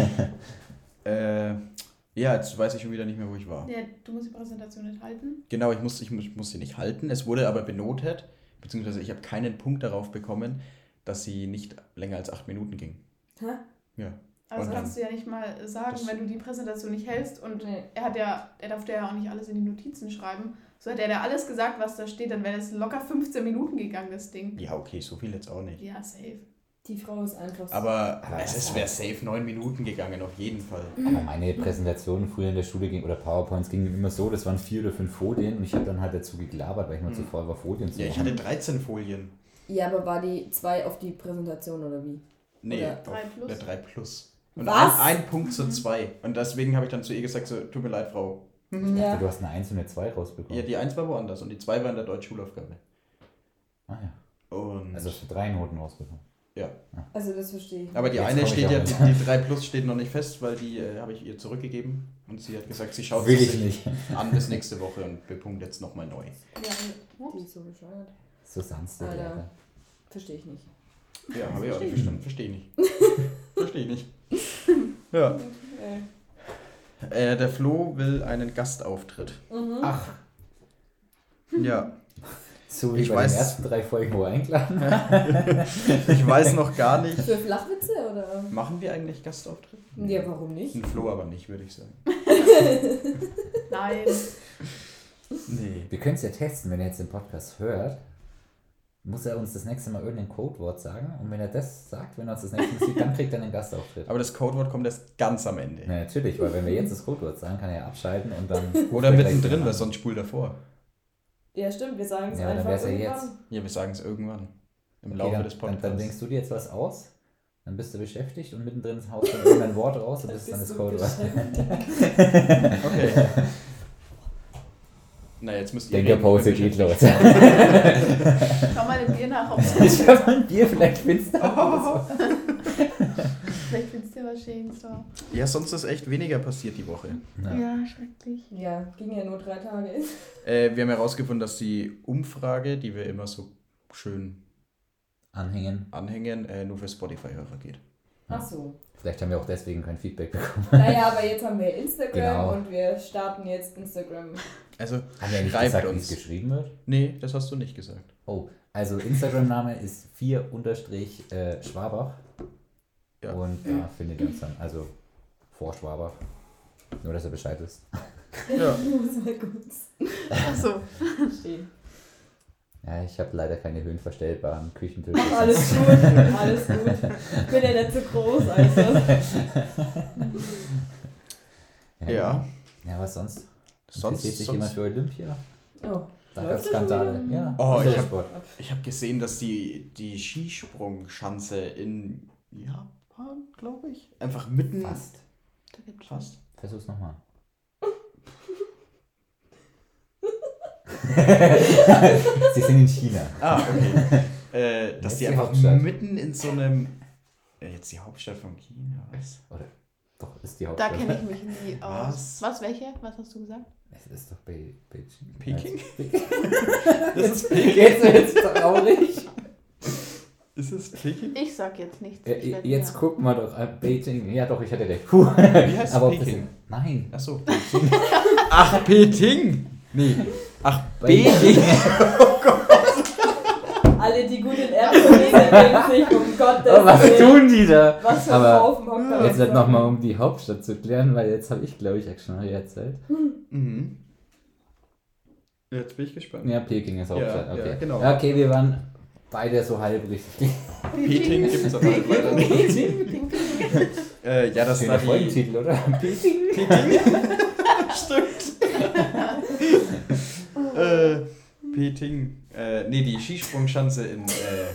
Ja, jetzt weiß ich schon wieder nicht mehr, wo ich war. Ja, du musst die Präsentation nicht halten. Genau, ich muss sie nicht halten. Es wurde aber benotet, beziehungsweise ich habe keinen Punkt darauf bekommen, dass sie nicht länger als 8 Minuten ging. Hä? Ja. Aber das Und kannst du ja nicht mal sagen, das- wenn du die Präsentation nicht hältst und Nee. er durfte ja auch nicht alles in die Notizen schreiben. So hätte er da alles gesagt, was da steht, dann wäre das locker 15 Minuten gegangen, das Ding. Ja, okay, so viel jetzt auch nicht. Ja, safe. Die Frau ist einfach so. Aber Aber es das wäre safe 9 Minuten gegangen, auf jeden Fall. Aber meine Präsentationen früher in der Schule ging, oder PowerPoints gingen immer so, das waren 4 oder 5 Folien und ich habe dann halt dazu geglabert, weil ich mal zu voll war, Folien zu Ja, ich machen. hatte 13 Folien. Ja, aber war die 2 auf die Präsentation oder wie? Nee, Oder 3 plus. der 3 plus. Und Was? ein Punkt zu 2. Und deswegen habe ich dann zu ihr gesagt, so, tut mir leid, Frau. Ich dachte, Ja. du hast eine 1 und eine 2 Ja, rausbekommen. die 1 war woanders und die 2 war in der Deutschschulaufgabe. Ah ja. Und Also für 3 Noten rausbekommen. ja. Also das verstehe ich. Aber die Jetzt eine komm ich steht auch ja, mit. die 3 plus steht noch nicht fest, weil die habe ich ihr zurückgegeben. Und sie hat gesagt, sie schaut Will es ich sich nicht. an bis nächste Woche und bepunktet jetzt nochmal neu. Ja, die ist so bescheuert. So sanft der Alter. Lehrer. Verstehe ich nicht. Ja, habe ich auch nicht verstanden. Verstehe nicht. Verstehe ich nicht. Ja. Der Flo will einen Gastauftritt. Mhm. Ach, Ja. so wie Ich bei weiß- den ersten 3 Folgen, wo er eingeladen Ich weiß noch gar nicht. Für Flachwitze oder? Machen wir eigentlich Gastauftritt? Ja, warum nicht? Ein Flo aber nicht, würde ich sagen. Nein. Nee. Wir können es ja testen, wenn er jetzt den Podcast hört. Muss er uns das nächste Mal irgendein Codewort sagen? Und wenn er das sagt, wenn er uns das nächste Mal sieht, dann kriegt er einen Gastauftritt. Aber das Codewort kommt erst ganz am Ende. Na, natürlich, weil wenn wir jetzt das Codewort sagen, kann er ja abschalten und dann... Oder mittendrin, weil sonst spult davor. Ja, stimmt, wir sagen es Ja, dann einfach wär's ja irgendwann. jetzt. Ja, wir sagen es irgendwann. Im Okay, Laufe dann, des Podcasts. Dann denkst du dir jetzt was aus, dann bist du beschäftigt und mittendrin haust dann irgendein Wort raus und das ist dann das Bist du Codewort. beschäftigt? Okay. Na, jetzt müsst ihr... Denkerpause geht los. Schau mal dem Bier nach, ob Ich hab mal ein Bier, vielleicht findest du vielleicht findest du was Schönes so. Ja, sonst ist echt weniger passiert die Woche. Ja. Schrecklich. Ja, ging ja nur 3 Tage. Wir haben herausgefunden, dass die Umfrage, die wir immer so schön Anhängen. anhängen, nur für Spotify-Hörer geht. Ach so. Vielleicht haben wir auch deswegen kein Feedback bekommen. Naja, aber jetzt haben wir Instagram Genau. und wir starten jetzt Instagram. Also, Haben wir nicht schreibt gesagt, wie es uns. geschrieben wird? Nee, das hast du nicht gesagt. Oh, also Instagram-Name ist 4_Schwabach. Ja. Und da findet ihr uns dann, also vor Schwabach. Nur, dass ihr Bescheid wisst. Ja. Muss mal kurz Achso. stehen. Ja, ich habe leider keine höhenverstellbaren Küchentische. Ach, alles gut, alles gut. Ich bin ja nicht so groß, also. Ja. Ja, was sonst? Sonst, Interessiert sich jemand für Olympia? Oh, Da läuft gab es das Skandale. schon wieder? Ja, Oh, ich hab- Sport. Ich habe gesehen, dass die Skisprungschanze in Japan, glaube ich, einfach mitten... Fast. Da gibt's Fast. Versuch's nochmal. Sie sind in China. Ah, okay. Dass Jetzt die die einfach Hauptstadt. mitten in so einem... jetzt die Hauptstadt von China, was? Oder doch, ist die Da Hauptstadt. kenne ich mich nie aus. Was? Was, welche? Was hast du gesagt? Es ist doch Beijing. Peking? Also, Das ist Peking. jetzt traurig. Ist es Peking? Ich sag jetzt nichts. Ich werd Jetzt mir- gucken wir doch. Beijing. Ja, doch, ich hatte recht. Puh. Wie heißt Aber Peking? Nein. Achso, Peking. Ach, Peking! Nee. Ach, Beijing. Peking. Alle, die gut in Erdkunde sind, denken sich, um Gottes Oh, was Willen. tun die da? Was für ein Aber Haufen Hocker. jetzt halt nochmal, um die Hauptstadt zu klären, weil jetzt habe ich, glaube ich, schon mal erzählt. Mhm. Jetzt bin ich gespannt. Ja, Peking ist Hauptstadt. Ja, Okay. ja, genau. Ja, okay, wir waren beide so halb richtig. Peking gibt es aber halt weiter nicht. Ja, das Schöner war die... Folgentitel, oder? Peking. Stimmt. Peking. Nee, die Skisprungschanze in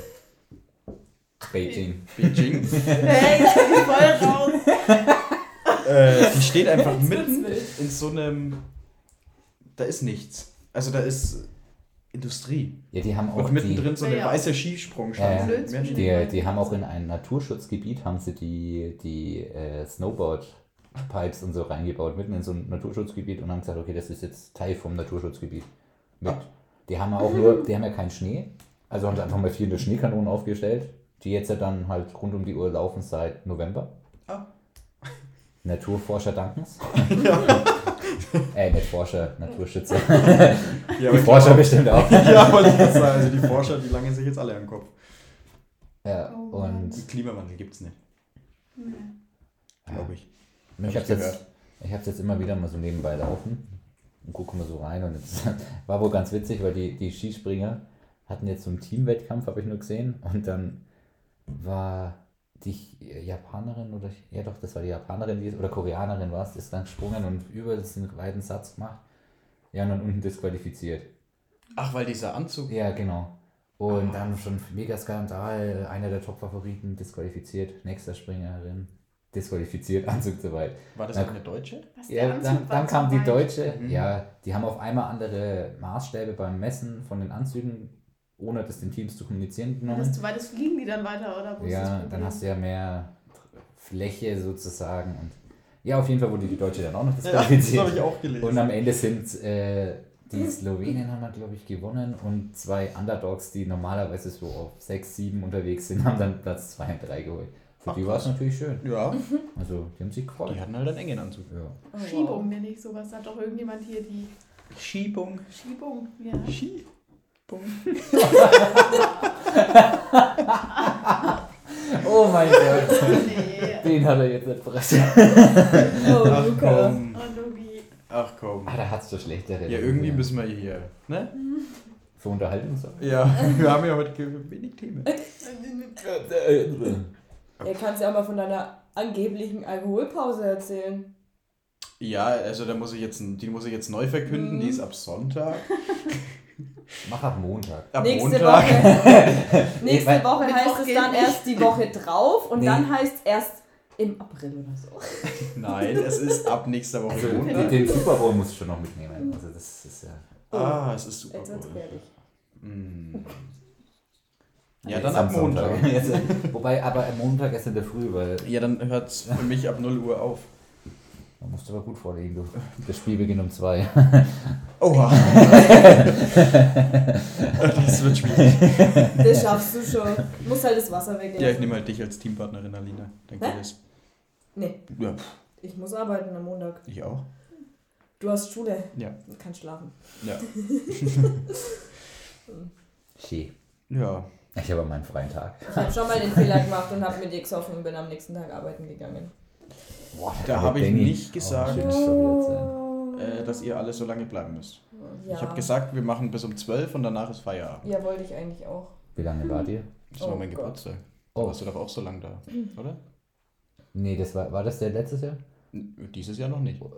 Beijing. Beijing. Hey, ich bin voll raus. Die steht einfach Jetzt wird's mitten wild. in so einem... Da ist nichts. Also da ist Industrie. Ja, die haben auch Und mittendrin so eine Ja. weiße Skisprungschanze. Ja, Mehr steht die haben auch in ein Naturschutzgebiet, haben sie die Snowboard-Pipes und so reingebaut, mitten in so ein Naturschutzgebiet und haben gesagt, okay, das ist jetzt Teil vom Naturschutzgebiet. Mit. Die haben auch nur, die haben ja keinen Schnee, also haben sie einfach mal 4 Schneekanonen aufgestellt, die jetzt ja dann halt rund um die Uhr laufen seit November. Ah. Naturforscher dankens. Nicht Forscher, Naturschützer. Ja, Die Forscher bestimmt auch. Ja, wollte ich gerade sagen. Also die Forscher, die langen sich jetzt alle am Kopf. Ja, Oh und Den Klimawandel gibt's nicht, glaube ich. ich Hab habe ich es jetzt immer wieder mal so nebenbei laufen und gucke mal so rein und es war wohl ganz witzig, weil die Skispringer hatten jetzt so einen Teamwettkampf, habe ich nur gesehen, und dann war die Japanerin oder ja doch, das war die Japanerin oder Koreanerin war es, ist dann gesprungen und über diesen weiten Satz gemacht, ja, und dann unten disqualifiziert. Ach, weil dieser Anzug... Ja, genau. Und dann schon mega Skandal, einer der Top-Favoriten disqualifiziert, nächster Springerin disqualifiziert, Anzug zu weit. War das Na, auch eine Deutsche? Was, der Ja, Anzug dann war kam zu die weit. Deutsche, Mhm. ja, die haben auf einmal andere Maßstäbe beim Messen von den Anzügen, ohne das den Teams zu kommunizieren, Wenn genommen. das zu weit ist, fliegen die dann weiter, oder? Wo ist das Ja, Problem? dann hast du ja mehr Fläche sozusagen. Und ja, auf jeden Fall wurde die Deutsche dann auch noch Ja, das disqualifiziert. habe ich auch gelesen. Und am Ende sind die Slowenen haben, glaube ich, gewonnen und 2 Underdogs, die normalerweise so auf 6, 7 unterwegs sind, haben dann Platz 2 und 3 geholt. Für Ach, die war es krass. natürlich schön. Ja, Also, die haben sich gefreut. die hatten halt einen engen Anzug. Ja. Oh, wow. Schiebung nenne ich sowas. Hat doch irgendjemand hier die Schiebung. Schiebung. Ja. Schiebung. Oh mein Gott, Nee. den hat er jetzt erpresst. Oh, Ach Luca. komm. Oh, Lugi. Ach komm. Ah, da hat's doch schlechtere. Ja, irgendwie müssen wir hier, ne? Für Unterhaltung so. Ja, wir haben ja heute wenig Themen. Ja, kannst ja auch mal von deiner angeblichen Alkoholpause erzählen. Ja, also die muss ich jetzt neu verkünden, die ist ab Sonntag. Mach ab Montag. Ab Nächste Montag. Nächste Woche Mittwoch heißt es geht dann nicht. erst die Woche drauf und Nee. dann heißt es erst im April oder so. Nein, es ist ab nächster Woche Also Montag. den Super Bowl musst du schon noch mitnehmen. Also das ist ja. Ah, es ist super Jetzt wird's cool. fertig. Ja, Jetzt dann am ab Montag. Sonntag. Jetzt, wobei, aber am Montag erst in der Früh, weil Ja, dann hört es für mich ab 0 Uhr auf. da musst du aber gut vorlegen, du. Das Spiel beginnt um 2. Oha. Das wird schwierig. Das schaffst du schon. Du musst halt das Wasser weglassen. Ja, ich nehme halt dich als Teampartnerin, Alina. Dann geht Hä? es. Nee, Ja, ich muss arbeiten am Montag. ich auch. Du hast Schule. Ja. Du kannst schlafen. Ja. Schön. Ja. Ich habe meinen freien Tag. Ich habe schon mal den Fehler gemacht und habe mit dir gesoffen und bin am nächsten Tag arbeiten gegangen. Boah, Da habe ich Benny. nicht gesagt, schöne Story erzählen. dass ihr alle so lange bleiben müsst. Ja. Ich habe gesagt, wir machen bis um 12 und danach ist Feierabend. Ja, wollte ich eigentlich auch. Wie lange wart ihr? Das war Oh mein Gott. Geburtstag. Da Oh. warst du doch auch so lange da, oder? Nee, das war das der letztes Jahr? Dieses Jahr noch nicht.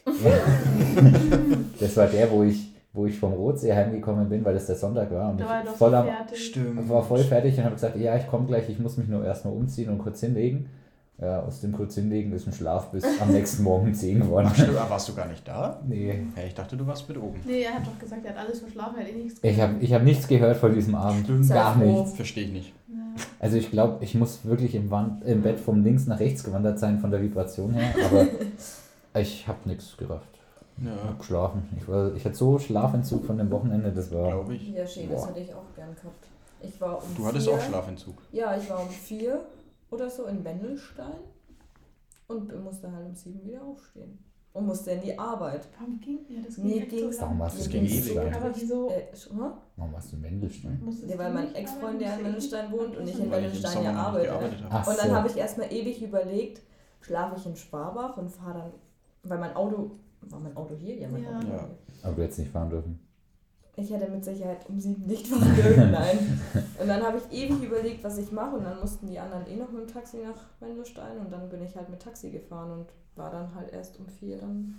Das war der, wo ich vom Rotsee heimgekommen bin, weil das der Sonntag war und Da war er ich doch voll so am, fertig. Stimmt. war voll fertig und habe gesagt, ja, ich komme gleich, ich muss mich nur erstmal umziehen und kurz hinlegen. Ja, aus dem kurz hinlegen ist ein Schlaf bis am nächsten Morgen um 10 geworden. Ach, stimmt. Ah, warst du gar nicht da? Nee. Ja, ich dachte, du warst mit oben. Nee, er hat doch gesagt, er hat alles verschlafen, er hat eh nichts Ich hab nichts gehört von diesem Abend. Stimmt. Gar Sei froh. nichts. Verstehe ich nicht. Ja. Also ich glaube, ich muss wirklich im Bett von links nach rechts gewandert sein von der Vibration her, aber ich habe nichts gerafft. Ich Ja, habe geschlafen. Ich hatte so Schlafentzug von dem Wochenende, das war... glaube ich. Ja, schön, das Boah. hätte ich auch gern gehabt. Ich war um Du hattest 4. auch Schlafentzug. Ja, ich war um 4 oder so in Wendelstein und musste halt um 7 wieder aufstehen. Und musste in die Arbeit. Warum ging ja, das Nee, echt ging's so Warum lang. warst Das du ging in ewig. Wendelstein? Aber wieso? Warum warst du in Wendelstein? Musstest Ja, weil du mein nicht Ex-Freund ja in arbeiten? Wendelstein wohnt und ich in Weil ich im Wendelstein ja Sommer noch nicht arbeite. gearbeitet habe. Ach Und dann so. habe ich erstmal ewig überlegt, schlafe ich in Schwabach und fahre dann, weil mein Auto, war mein Auto hier? Ja, mein Ja. Auto war Ja. hier. Aber du hättest nicht fahren dürfen. Ich hätte mit Sicherheit um 7 nicht fahren dürfen, nein. Und dann habe ich ewig überlegt, was ich mache und dann mussten die anderen eh noch mit dem Taxi nach Wendelstein und dann bin ich halt mit Taxi gefahren und war dann halt erst um 4 dann.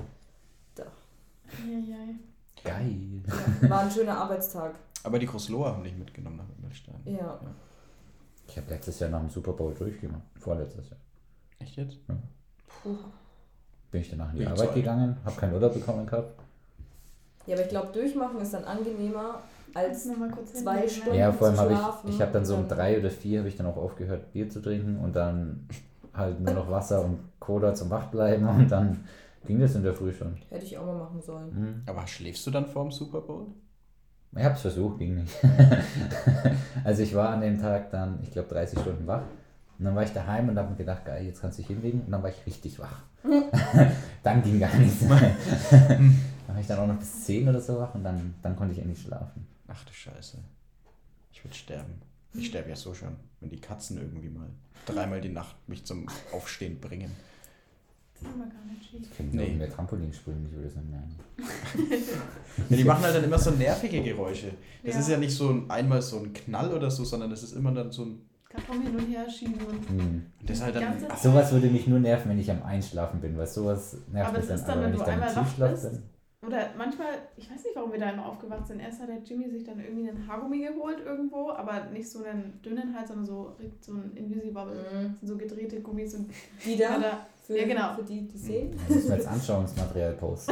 Ja. Geil. Ja, war ein schöner Arbeitstag. Aber die Krosloa haben dich mitgenommen nach Himmelstein. Ja. Ich habe letztes Jahr nach dem Super Bowl durchgemacht. Vorletztes Jahr. Echt jetzt? Puh. Bin ich danach in die Bin ich Arbeit zu alt. gegangen, habe keinen Urlaub bekommen gehabt. Ja, aber ich glaube, durchmachen ist dann angenehmer als Noch mal kurz 2 hinlegen, Stunden. ne? Ja, vor allem zu habe schlafen ich habe dann so um und 3 oder 4 habe ich dann auch aufgehört, Bier zu trinken und dann halt nur noch Wasser und Cola zum Wachbleiben und dann ging das in der Früh schon. Hätte ich auch mal machen sollen. Mhm. Aber schläfst du dann vorm Super Bowl? Ich habe es versucht, ging nicht. Also ich war an dem Tag dann, ich glaube 30 Stunden wach und dann war ich daheim und habe mir gedacht, geil, jetzt kannst du dich hinlegen und dann war ich richtig wach. Dann ging gar nichts mehr. Dann war ich dann auch noch bis 10 oder so wach und dann konnte ich endlich schlafen. Ach du Scheiße. Ich würde sterben. Ich sterbe ja so schon, wenn die Katzen irgendwie mal 3-mal die Nacht mich zum Aufstehen bringen. Das haben wir gar nicht schief. Ich kann Nee. mehr Trampolin springen, ich will das nicht mehr. Ja, die machen halt dann immer so nervige Geräusche. Das Ja. ist ja nicht so einmal so ein Knall oder so, sondern das ist immer dann so ein... Karton hin und her schieben und. Mhm. Und das ist halt dann... Ganze Ach, Sowas würde mich nur nerven, wenn ich am Einschlafen bin, weil sowas nervt Aber mich es ist dann. dann, Aber wenn wenn ich du dann im einmal wach Tiefschlaf bist. bin. Oder manchmal, ich weiß nicht, warum wir da immer aufgewacht sind. Erst hat der Jimmy sich dann irgendwie einen Haargummi geholt irgendwo, aber nicht so einen dünnen halt, sondern so ein Invisibobble. Das sind so gedrehte Gummis und Die ja, da, da, für, ja, genau. für die, die sehen. Da müssen wir jetzt Anschauungsmaterial posten.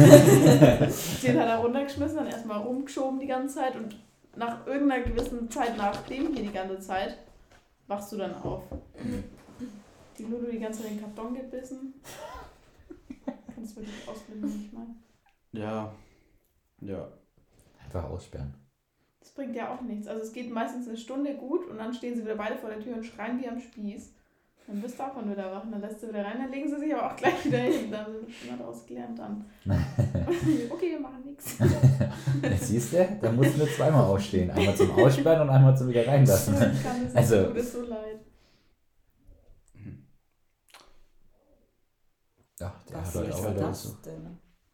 den hat er runtergeschmissen, dann erstmal rumgeschoben die ganze Zeit und nach irgendeiner gewissen Zeit, nach dem hier die ganze Zeit, wachst du dann auf. Die Lulu die ganze Zeit in den Karton gebissen. Kannst du wirklich ausblenden, nicht mal. ja. Ja. Einfach aussperren. Das bringt ja auch nichts. Also es geht meistens eine Stunde gut und dann stehen sie wieder beide vor der Tür und schreien wie am Spieß. Dann bist du davon wieder wach und dann lässt du wieder rein, dann legen sie sich aber auch gleich wieder hin. Dann sind wir immer daraus gelernt dann. Okay, wir machen nichts. Jetzt siehst du, da musst du nur zweimal aufstehen. Einmal zum Aussperren und einmal zum wieder reinlassen. Ich kann das Also- nicht, tut es so leid. Ja, der Was hat heute ist auch wieder das so. denn?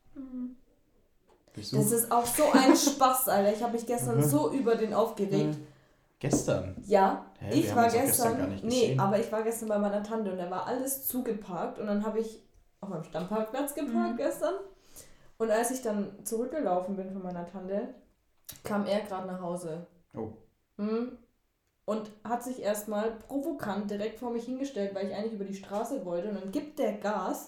Wieso? Das ist auch so ein Spaß, Alter. Ich habe mich gestern so über den aufgeregt. Gestern? Ja, Hä, ich wir war haben uns doch gestern gar gestern, nicht gesehen. aber ich war gestern bei meiner Tante und da war alles zugeparkt und dann habe ich auf meinem Stammparkplatz geparkt gestern. Und als ich dann zurückgelaufen bin von meiner Tante, kam er gerade nach Hause. Oh. Und hat sich erstmal provokant direkt vor mich hingestellt, weil ich eigentlich über die Straße wollte. Und dann gibt der Gas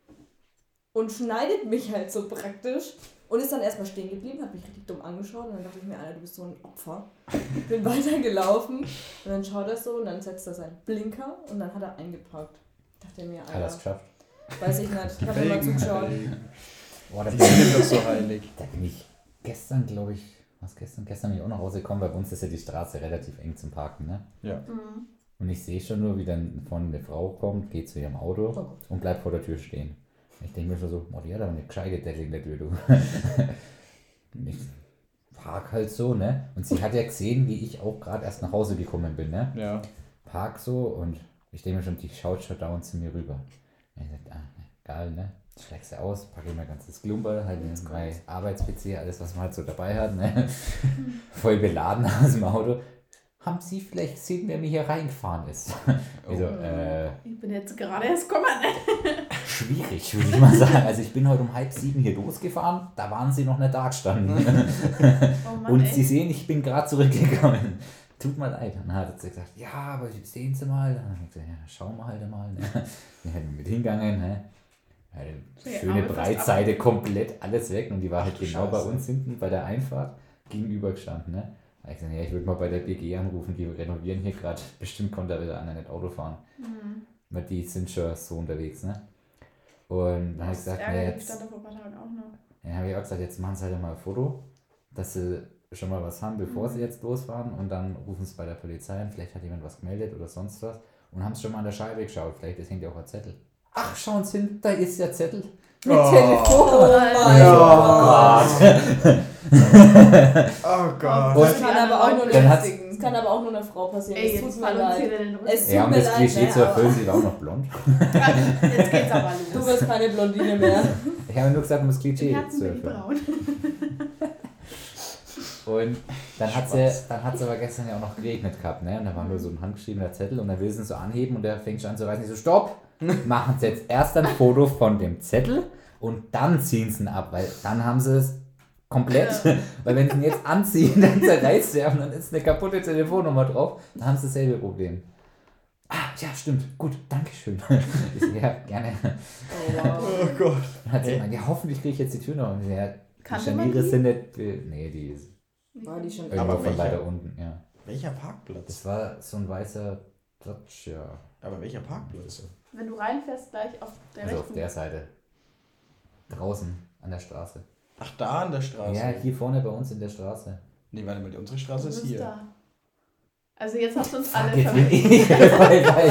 und schneidet mich halt so praktisch. Und ist dann erstmal stehen geblieben, hat mich richtig dumm angeschaut. Und dann dachte ich mir, Alter, du bist so ein Opfer. Bin weitergelaufen. Und dann schaut er so und dann setzt er seinen Blinker und dann hat er eingeparkt. Dachte mir, Hat er es Alter, geschafft? weiß ich nicht. Ich habe immer zugeschaut. Boah, da Die bin sind ich, doch so heilig. da bin ich gestern, glaube ich, gestern bin ich auch nach Hause gekommen, weil bei uns ist ja die Straße relativ eng zum Parken, ne? Ja. Und ich sehe schon nur, wie dann von der Frau kommt, geht zu ihrem Auto und bleibt vor der Tür stehen. Ich denke mir schon so, oh, die hat aber eine gescheite Decke in der Tür, du. Ich park halt so, ne? Und sie hat ja gesehen, wie ich auch gerade erst nach Hause gekommen bin, ne? Ja. Park so und ich denke mir schon, die schaut schon dauernd zu mir rüber. Und ich sage, geil, ne? Schlägst du aus, packe ich mein ganzes Klumper, halt mein Arbeits-PC, alles was man halt so dabei hat, ne? Voll beladen aus dem Auto. Haben Sie vielleicht gesehen, wer mir hier reingefahren ist? Also, Ich bin jetzt gerade erst gekommen. schwierig, würde ich mal sagen. Also ich bin heute um 6:30 hier losgefahren, da waren Sie noch nicht da gestanden. Oh Mann, Und ey. Sie sehen, ich bin gerade zurückgekommen. Tut mir leid. Und dann hat sie gesagt, ja, aber sehen Sie mal. Dann habe ich gesagt, ja, schauen wir halt mal. Ne? Wir sind mit hingegangen. Ne? Ja, die Ja, schöne aber fast Breitseite, ab. komplett alles weg. Und die war halt Ach, genau bei Scheiße. uns hinten bei der Einfahrt gegenüber gestanden. Ne? Da hab ich gesagt, ja, ich würde mal bei der BG anrufen, die renovieren hier gerade. Bestimmt kommt da wieder einer nicht Auto fahren. Weil die sind schon so unterwegs. Ne? Und dann habe ich gesagt, nee, ärgerlich, jetzt... stand da vor ein paar Tagen auch noch. Dann habe ich auch gesagt, jetzt machen sie halt mal ein Foto, dass sie schon mal was haben, bevor sie jetzt losfahren und dann rufen sie bei der Polizei an, vielleicht hat jemand was gemeldet oder sonst was und haben es schon mal an der Scheibe geschaut, vielleicht hängt ja auch ein Zettel. Ach, schauen Sie hin, da ist der Zettel. Mit Telefon. Oh mein Oh Gott. Und Das kann aber auch nur dann hat's- das kann aber auch nur einer Frau passieren. Ey, Es jetzt tut mir fall uns hier leid. den Rücken. Es ja, tut um mir das leid, Klischee ne, zu erfüllen, aber sie war auch noch blond. Jetzt geht's aber du los. bist keine Blondine mehr. Ich habe nur gesagt, um das Klischee Die Herzen zu bin ich erfüllen. braun. Und dann hat es aber gestern ja auch noch geregnet gehabt, ne? Und da war nur so ein handgeschriebener Zettel und dann will sie ihn so anheben und der fängt schon an zu reißen. Ich so, stopp! Machen Sie jetzt erst ein Foto von dem Zettel und dann ziehen Sie ihn ab, weil dann haben Sie es komplett. Weil wenn Sie ihn jetzt anziehen, dann zerreißt er und dann ist eine kaputte Telefonnummer drauf, dann haben Sie dasselbe Problem. Ah, ja, stimmt. Gut, Dankeschön. Ich so, ja, gerne. Oh, wow. Oh Gott. Dann hat sie gemeint, ja, hoffentlich kriege ich jetzt die Tür noch. Und ich so, ja, die Kannte man Scharniere die? sind nicht... Nee, die ist War die schon irgendwo Aber von welcher? weiter unten, ja. Welcher Parkplatz? Das war so ein weißer Dodge, ja. Aber welcher Parkplatz? Wenn du reinfährst, gleich auf der Also auf rechten. der Seite. Draußen an der Straße. Ach, da an der Straße. Ja, hier vorne bei uns in der Straße. Nee, warte mal, unsere Du Straße ist bist hier. da. Also jetzt hast du uns Fuck, alle jetzt bin verwirrt. ich voll falsch.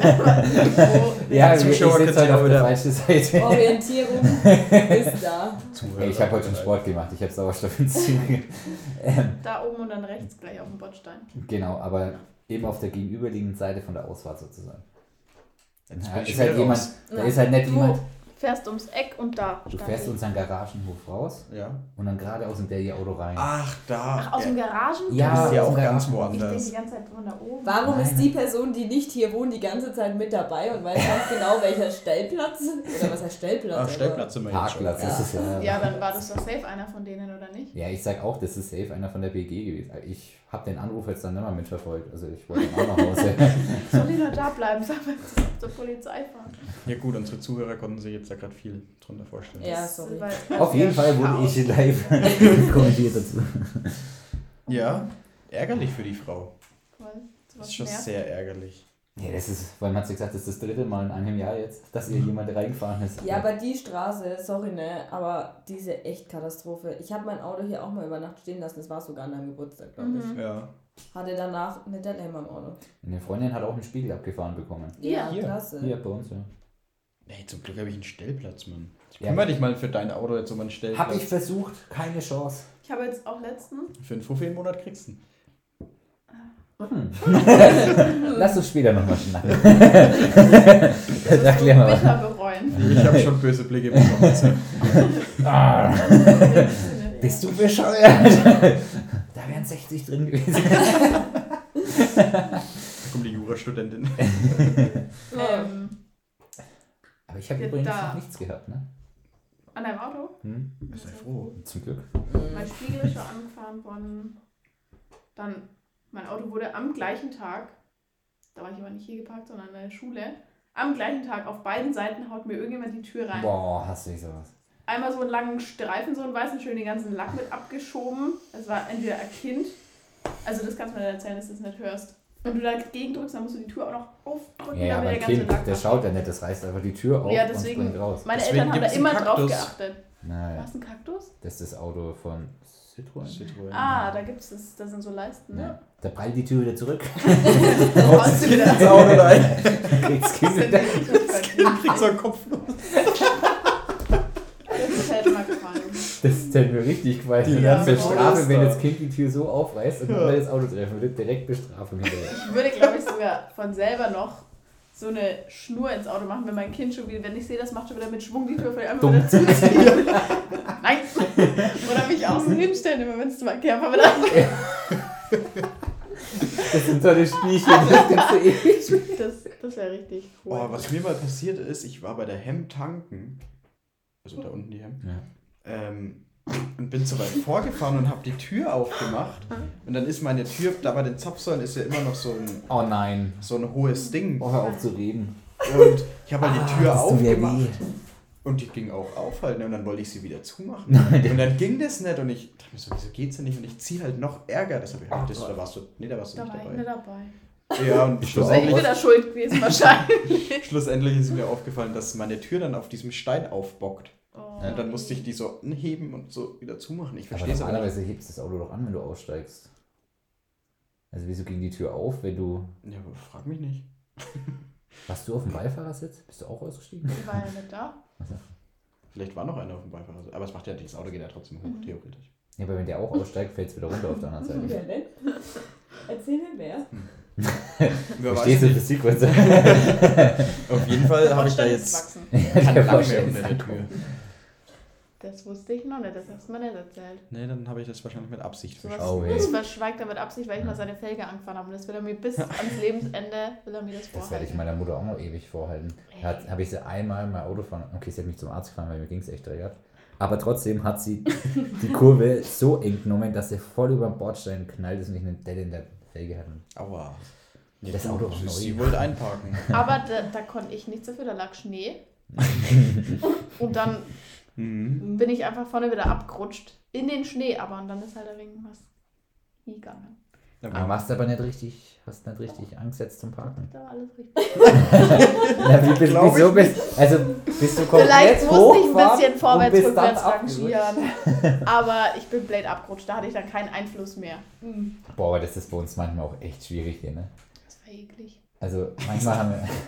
Ja, ich Zuschauer sitze können halt sich auf auch der wieder- falschen Seite. Orientierung ist da. Ey, ich habe heute schon Sport gemacht, ich habe Sauerstoffentzüge. Da oben und dann rechts gleich auf dem Bordstein. Genau, aber eben auf der gegenüberliegenden Seite von der Ausfahrt sozusagen. Jetzt Da bin ich ist schon halt wieder jemand, raus. da ist halt nicht jemand, Du fährst ums Eck und da. du stand fährst ich. unseren Garagenhof raus Ja. und dann geradeaus in der ihr Auto rein. Ach, da. Ach, aus dem Garagen? Ja, Das ist ja aus auch dem ganz Garagen. Ich denke woanders. die ganze Zeit von da oben. Warum Nein. ist die Person, die nicht hier wohnt, die ganze Zeit mit dabei und weiß ganz genau, welcher Stellplatz? Oder was heißt Stellplatz? Ach, Stellplatz sind wir jetzt schon. Parkplatz ist es ja. Ja, dann war das doch safe einer von denen, oder nicht? Ja, ich sag auch, das ist safe einer von der BG gewesen. Ich habe den Anruf jetzt dann nicht mehr mitverfolgt. Also ich wollte dann auch nach Hause. Soll ich noch da bleiben? Sag mal, zur Polizei fahren. Ja gut, unsere Zuhörer konnten sich jetzt da gerade viel drunter vorstellen. Ja, Das sorry. war jetzt Auf jeden Fall wurde Chaos. ich live kommentiert dazu. Ja, ärgerlich für die Frau. Voll. So Das was ist schon nervt. sehr ärgerlich. Ja, das ist, weil man hat gesagt, das ist das dritte Mal in einem Jahr jetzt, dass hier jemand reingefahren ist. Ja, aber die Straße, sorry, ne, aber diese echt Katastrophe. Ich habe mein Auto hier auch mal über Nacht stehen lassen, das war sogar an deinem Geburtstag, glaube ich. Ja. Hatte danach eine Deadline am Auto. Eine Freundin hat auch einen Spiegel abgefahren bekommen. Ja, Hier. klasse. Hier bei uns, ja. Nee, zum Glück habe ich einen Stellplatz, Mann. Ich Ja. kümmere dich mal für dein Auto jetzt um einen Stellplatz. Hab ich versucht, keine Chance. Ich habe jetzt auch letztens, Für einen Fuffi im Monat kriegst du ihn. Lass uns später nochmal schnacken. das Erklär mal. bitter bereuen. Ich habe schon böse Blicke bekommen. Ah. Wir sind Bist du bescheuert? Da wären 60 drin gewesen. Da kommt die Jurastudentin. Aber ich habe übrigens noch nichts gehabt, ne? An deinem Auto? Sei froh. Zum Glück. Mein Spiegel ist schon angefahren worden. Dann, mein Auto wurde am gleichen Tag, da war ich aber nicht hier geparkt, sondern in der Schule, am gleichen Tag auf beiden Seiten haut mir irgendjemand die Tür rein. Boah, hasse ich sowas. Einmal so einen langen Streifen, so einen weißen, schön den ganzen Lack mit abgeschoben. Es war entweder ein Kind, also das kannst du mir nicht erzählen, dass du es nicht hörst. Wenn du dagegen drückst, dann musst du die Tür auch noch aufdrücken, Ja, aber damit ein der ganze Kind, Lack der ab- schaut ja nicht, das reißt einfach die Tür auf Ja, und deswegen, springt raus. meine Deswegen Eltern haben da gibt's immer einen drauf Kaktus. geachtet. Naja, Was, ein Kaktus? das ist das Auto von Citroën. Ah, da gibt's das, da sind so Leisten, ne? Ja. Da prallt die Tür wieder zurück. Haust du wieder Das Auto rein. Kriegt's Kind wieder. Kriegt so einen Kopfnuss. Das hätte mal gefallen. Das hätte mir richtig gefallen. Die Und dann zur ganze Strafe, Polster. wenn das Kind die Tür so aufreißt und dann das Auto treffen würde, direkt Bestrafung hinterher. Ich würde, glaube ich, sogar von selber noch so eine Schnur ins Auto machen, wenn mein Kind schon wieder, wenn ich sehe, das macht schon wieder mit Schwung die Tür vielleicht einfach wieder zuziehen. Nein! Oder mich außen hinstellen, immer wenn es zum Verkehr verwendet. Das sind tolle Spielchen, das kannst du ewig spielen. Das wäre richtig cool. Boah, was mir mal passiert ist, ich war bei der Hem tanken, also da unten die Hem, Ja. und bin so weit vorgefahren und habe die Tür aufgemacht und dann ist meine Tür, da bei den Zapfsäulen ist ja immer noch so Oh nein. ein hohes Ding Oh, hör auf zu reden. und ich habe halt die Tür das tut mir aufgemacht weh. und die ging auch auf halt, ne, und dann wollte ich sie wieder zumachen Nein. und dann ging das nicht und ich dachte mir so, wieso geht's denn nicht und ich ziehe halt noch Ärger, das habe ich Oh das, da warst du nicht da war ich nicht dabei. dabei. Ja, und Ich schlussendlich, bin da schuld gewesen wahrscheinlich. schlussendlich ist mir aufgefallen, dass meine Tür dann auf diesem Stein aufbockt. Oh. Und dann musste ich die so heben und so wieder zumachen. Ich Aber verstehe es aber nicht. normalerweise hebst du das Auto doch an, wenn du aussteigst. Also wieso ging die Tür auf, wenn du... Ja, aber frag mich nicht. Warst du auf dem Beifahrersitz? Bist du auch ausgestiegen? Ich war ja nicht da. Vielleicht war noch einer auf dem Beifahrersitz. Aber es macht ja, das Auto geht ja trotzdem hoch, theoretisch. Ja, aber wenn der auch aussteigt, fällt es wieder runter auf der anderen Seite. Wer denn? Erzähl mir wer. Wer weiß Verstehst du nicht. Physik und so? Auf jeden Fall habe ich da Bordstein ist jetzt wachsen. Der keinen Lack mehr Bordstein unter ist der Tür. Das wusste ich noch nicht, das hast du mir nicht erzählt. Nee, dann habe ich das wahrscheinlich mit Absicht Sowas, Oh, ey. das verschweigt er mit Absicht, weil ich mal seine Felge angefahren habe. Und das will er mir bis ans Lebensende, will er mir das Das werde ich vorhalten. meiner Mutter auch noch ewig vorhalten. Habe ich sie einmal mal Auto fahren. Okay, sie hat mich zum Arzt gefahren, weil mir ging es echt dreckig. Aber trotzdem hat sie die Kurve so eng genommen, dass sie voll über den Bordstein knallt ist und ich eine Delle in der Felge hatte. Aua. Nee, Das du, Auto war neu. Sie wollte einparken. Aber da konnte ich nichts dafür, da lag Schnee. Und dann Mhm. bin ich einfach vorne wieder abgerutscht in den Schnee, aber und dann ist halt ein wenig was gegangen. Aber machst aber nicht richtig, hast nicht richtig angesetzt zum Parken. Da war alles richtig. Na, wieso bist also bist du komplett Vielleicht musste ich ein hochfahren bisschen und vorwärts, bist rückwärts dann rangieren. Aber ich bin blöd abgerutscht, da hatte ich dann keinen Einfluss mehr. Boah, aber das ist bei uns manchmal auch echt schwierig hier, ne? Das war eklig. Also manchmal haben wir.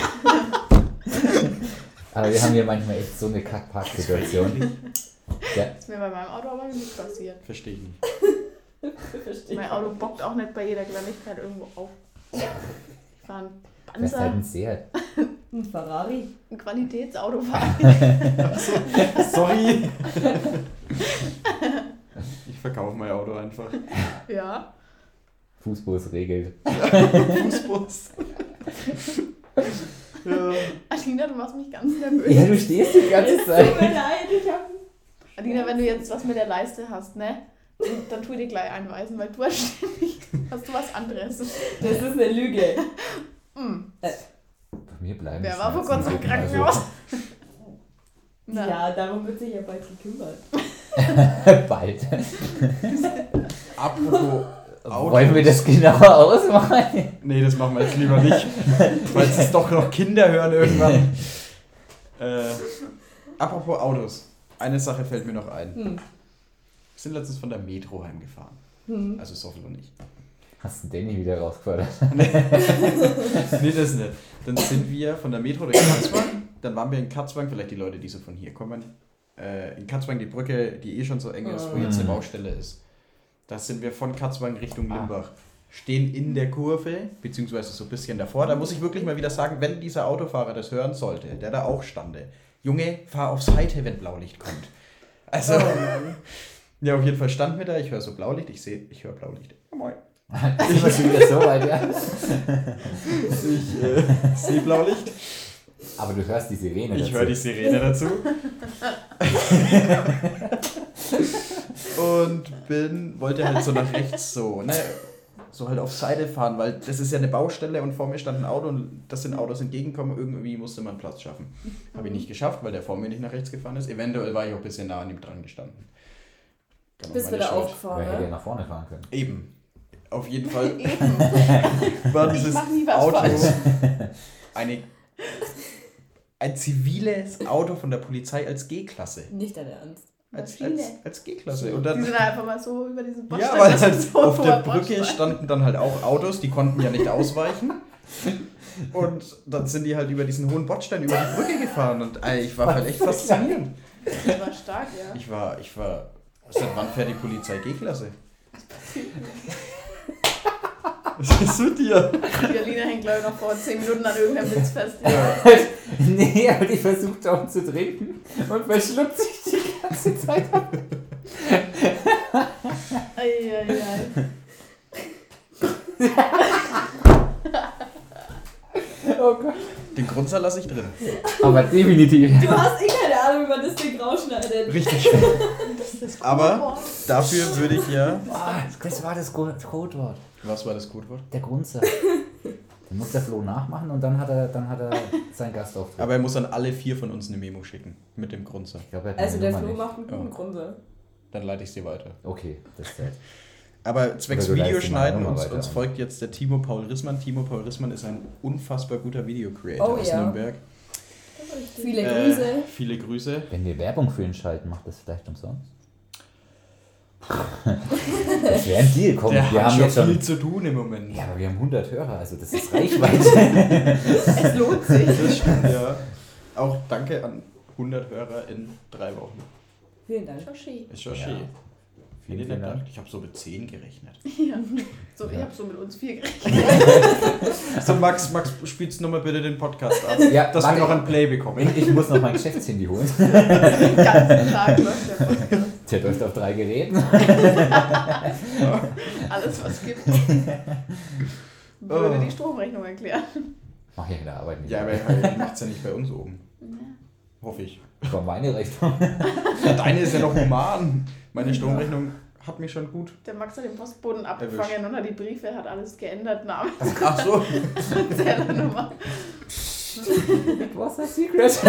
Aber wir haben hier manchmal echt so eine Kack-Park-Situation. Ja, Das ist mir bei meinem Auto aber nicht passiert. Verstehe ich nicht. Verstehe. Mein Auto bockt auch nicht bei jeder Kleinigkeit irgendwo auf. Ich war ein das ist halt Panzer, ein Seat. Ein Ferrari. ein Qualitätsautofahrer. Sorry. Ich verkaufe mein Auto einfach. Ja. Fußbus regelt. Fußbus. Ja. Alina, du machst mich ganz nervös. Ja, du stehst die ganze Tut Zeit. mir leid, ich hab. Alina, wenn du jetzt was mit der Leiste hast, ne? Dann tu dir gleich einweisen, weil du hast ständig hast du was anderes. Das ist eine Lüge. Bei mir bleiben Wer die war vor Schmerzen kurzem im also- Krankenhaus? Na, Ja, darum wird sich ja bald gekümmert. Bald. Apropos Autos. Wollen wir das genauer ausmalen? Nee, das machen wir jetzt lieber nicht. Weil es doch noch Kinder hören irgendwann. Apropos Autos. Eine Sache fällt mir noch ein. Wir sind letztens von der Metro heimgefahren. Also Soffel und ich. Hast du den nicht wieder rausgefordert? Nee, das nicht. Dann sind wir von der Metro durch Katzwang. Dann waren wir in Katzwang, vielleicht die Leute, die so von hier kommen. In Katzwang die Brücke, die eh schon so eng ist, wo jetzt eine Baustelle ist. Da sind wir von Katzwang Richtung Limbach. Stehen in der Kurve, beziehungsweise so ein bisschen davor. Da muss ich wirklich mal wieder sagen, wenn dieser Autofahrer das hören sollte, der da auch stande. Junge, fahr auf Seite, wenn Blaulicht kommt. Also, Ja, auf jeden Fall standen wir da, ich höre so Blaulicht, ich höre Blaulicht. Ja, moin. Das ist immer schon wieder so weit, ja. Ich sehe Blaulicht. Aber du hörst die Sirene Ich dazu. höre die Sirene dazu. Und wollte halt so nach rechts so, ne? So halt auf Seite fahren, weil das ist ja eine Baustelle und vor mir stand ein Auto und das sind Autos entgegenkommen, irgendwie musste man Platz schaffen. Habe ich nicht geschafft, weil der vor mir nicht nach rechts gefahren ist. Eventuell war ich auch ein bisschen nah an ihm dran gestanden. Kann auch Bist meine wieder Schuld. aufgefahren, Weil hätte ja ne? nach vorne fahren können. Eben. Auf jeden Fall Eben. war Ich dieses mach nie was Auto falsch. ein ziviles Auto von der Polizei als G-Klasse. Nicht dein Ernst. Als G-Klasse. Und Die dann, sind einfach mal so über diesen Bordstein. ja, weil das halt ist so auf der hoher Brücke Bordstein. standen dann halt auch Autos, die konnten ja nicht ausweichen. Und dann sind die halt über diesen hohen Bordstein über die Brücke gefahren. Und ich war halt echt faszinierend. Das war stark, ja. Ich war. Seit wann fährt die Polizei G-Klasse? Was ist mit dir? Die Alina hängt, glaube ich, noch vor 10 Minuten an irgendeinem Witz fest. Nee, aber die versucht auch zu trinken und verschluckt sich die ganze Zeit ab. Eieiei. Oh Gott. Den Grundsatz lasse ich drin. Aber definitiv. Du hast keine Ahnung, wie man das Ding rausschneidet. Richtig. Das ist das Aber Codewort. dafür würde ich ja. Ah, das war das Codewort. Was war das Codewort? Der Grundsatz. Den muss der Flo nachmachen und dann hat er seinen Gastauftritt. Aber er muss an alle 4 von uns eine Memo schicken. Mit dem Grundsatz. Ich glaube, er hat Also meine der Nummer Flo nicht. macht einen guten Ja. Grunde. Dann leite ich sie weiter. Okay, das zählt. Aber zwecks Oder du leitest Videoschneiden die mal uns weiter. folgt jetzt der Timo Paul Rissmann. Timo Paul Rissmann ist ein unfassbar guter Videocreator Oh aus ja. Nürnberg. Viele Grüße. Viele Grüße. Wenn wir Werbung für ihn schalten, macht das vielleicht umsonst? Das wäre ein Deal, komm. Der Wir hat haben schon jetzt schon. viel zu tun im Moment. Ja, aber wir haben 100 Hörer, also das ist Reichweite. Es lohnt sich. Das stimmt, ja. Auch danke an 100 Hörer in 3 Wochen. Vielen Dank. Shoshi. Ist schon Ja. schön. Vielen, Hätte ich vielen nicht Dank. gedacht. Ich habe so mit 10 gerechnet. Ja. So, ich Ja. habe so mit uns 4 gerechnet. So, Max, spielst du nochmal bitte den Podcast ab, Ja, dass warte, wir noch ein Play bekommen. Ich muss noch mein Geschäftshandy holen. Den ganzen Tag läuft der Podcast. Der läuft auf 3 Geräten. Alles, was gibt. Würde die Stromrechnung erklären. Mach ich in der Arbeit nicht. Ja, aber er macht es ja nicht bei uns oben. Hoffe ich. War meine Rechnung. Deine ist ja noch human. Meine Stromrechnung hat mich schon gut. Der Max hat den Postboten abgefangen und hat die Briefe, hat alles geändert, Namen, Ach so. Zählernummer. It was a secret.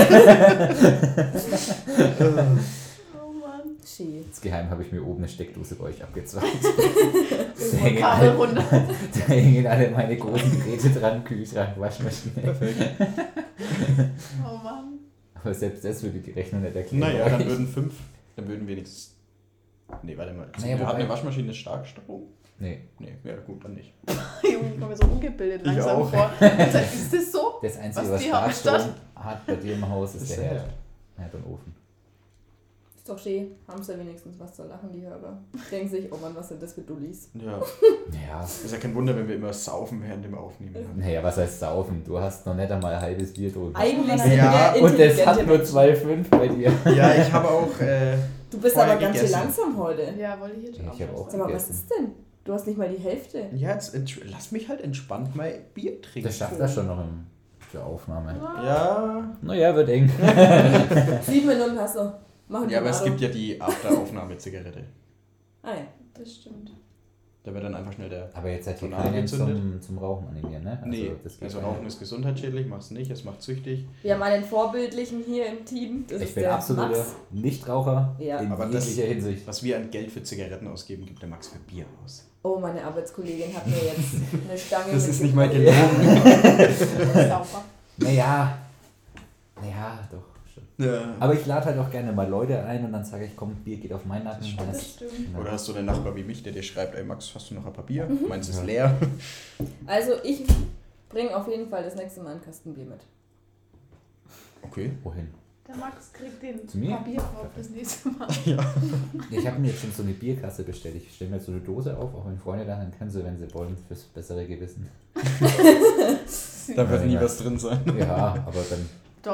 Oh Mann. Ski. Insgeheim habe ich mir oben eine Steckdose bei euch abgezwackt. Und Kabel runter. Da hängen alle meine großen Geräte dran, Kühlschrank, Waschmaschine. Perfekt. Oh Mann. Aber selbst das würde die Rechnung nicht erklären. Naja, dann würden wenigstens. Nee, warte mal. Naja, Hat wobei- eine Waschmaschine Starkstrom? Nee, Nee, ja gut, dann nicht. Junge, ich komme mir so ungebildet Ich langsam auch. vor. Ist das so? das Einzige, Was was die haben Starkstrom hat bei dir im Haus, ist Ist der der Herd. Herd und Ofen. Ist doch schön. Haben sie ja wenigstens was zu lachen, die Hörer. Denken sich, oh Mann, was sind das für Dullis? Ja. Ja, Ist ja kein Wunder, wenn wir immer saufen während dem Aufnehmen. naja, was heißt saufen? Du hast noch nicht einmal ein halbes Bier drüber. Eigentlich Ja, sind wir Und es hat intelligente nur Menschen. 2,5 bei dir. Ja, ich habe auch. Du bist vorher aber ganz schön gegessen. langsam heute. Ja, wollte ich jetzt schon Ja, ich hab auch Sag mal, was gegessen. ist denn? Du hast nicht mal die Hälfte. Ja, jetzt lass mich halt entspannt mal Bier trinken. Das schafft er schon noch in der Aufnahme. Ja. Naja, wird eng. 7 Minuten hast du. Machen Ja, aber wir es gibt ja die After-Aufnahme-Zigarette. Ah ja. Das stimmt. Da wird dann einfach schnell der. Aber jetzt seid ihr Tonal keinen gezündet. zum Rauchen animieren, ne? Nee, das geht also nicht. Rauchen ist gesundheitsschädlich, mach's nicht, es macht süchtig. Wir haben einen Vorbildlichen hier im Team. Das Ich ist bin der absoluter Max. Nichtraucher Ja. in Aber das- jeglicher Hinsicht. Was wir an Geld für Zigaretten ausgeben, gibt der Max für Bier aus. Oh, meine Arbeitskollegin hat mir jetzt eine Stange Das ist nicht mal mitgebracht. gelogen. Sauber. Naja, doch. Schon. Ja. Aber ich lade halt auch gerne mal Leute ein und dann sage ich, komm, Bier geht auf meinen Nacken. Das stimmt. Oder hast du einen Nachbar wie mich, der dir schreibt, ey Max, hast du noch ein paar Bier? Meins ist leer. Also ich bringe auf jeden Fall das nächste Mal einen Kasten Bier mit. Okay. Wohin? Der Max kriegt den Zu mir? Papierkorb das nächste Mal. Ich habe mir jetzt schon so eine Bierkasse bestellt. Ich stelle mir jetzt so eine Dose auf, auch wenn Freunde da, dann können sie, wenn sie wollen, fürs bessere Gewissen. Da wird Ja, nie ja. was drin sein. Ja, aber dann Doch.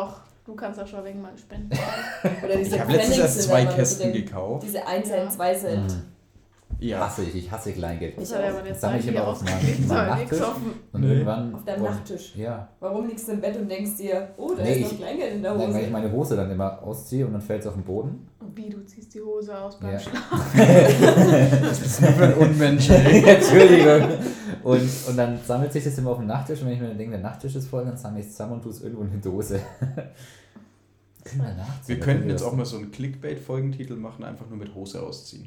Du kannst auch schon wegen mal spenden. Oder diese Ich habe letztens erst Pfennigs 2 sind dann Kästen so gekauft. Diese 1 Cent, 2 Cent. Ja. Ich hasse Kleingeld. Das hat er aber jetzt Sammle ich immer auf meinem Nachttisch. Und Nee. irgendwann... Auf deinem Nachttisch. Ja. Warum liegst du im Bett und denkst dir, oh, da Nee, ist noch Kleingeld in der Nein, weil ich Hose? meine Hose dann immer ausziehe und dann fällt es auf den Boden. Wie, du ziehst die Hose aus beim Ja. Schlafen? Was bist du für ein Unmensch, ey? Entschuldigung. Und dann sammelt sich das immer auf dem Nachttisch und wenn ich mir dann denke, der Nachttisch ist voll, dann sammle ich es zusammen und tue es irgendwo in eine Dose. Wir könnten jetzt auch mal so einen Clickbait-Folgentitel machen, einfach nur mit Hose ausziehen.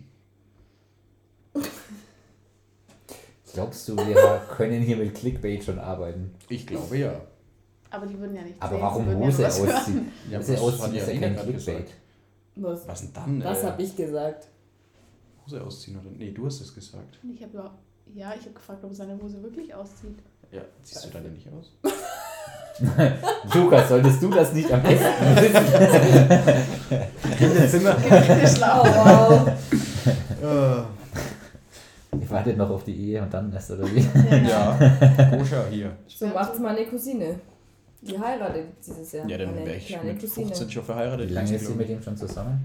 Glaubst du, wir können hier mit Clickbait schon arbeiten? Ich glaube ja. Aber die würden ja nicht Aber sehen, warum sie würden Hose ja nur was ausziehen? Ja, Hose was ausziehen hat die ist ja Alina kein gerade Clickbait. gesagt? Was? Was denn dann? Was habe ich gesagt? Hose ausziehen oder? Nee, du hast es gesagt. Ich habe gefragt, ob er seine Hose wirklich auszieht. Ja, ziehst du deine nicht aus? Lukas, solltest du das nicht am besten wissen? Jetzt sind wir. Oh, wow. Ich warte noch auf die Ehe und dann erst, oder wie? Ja, Koscher hier. So macht's meine Cousine. Die heiratet dieses Jahr. Ja, dann meine wäre ich kleine mit Cousine. 15 schon verheiratet. Wie lange ist sie gewesen, mit ihm schon zusammen?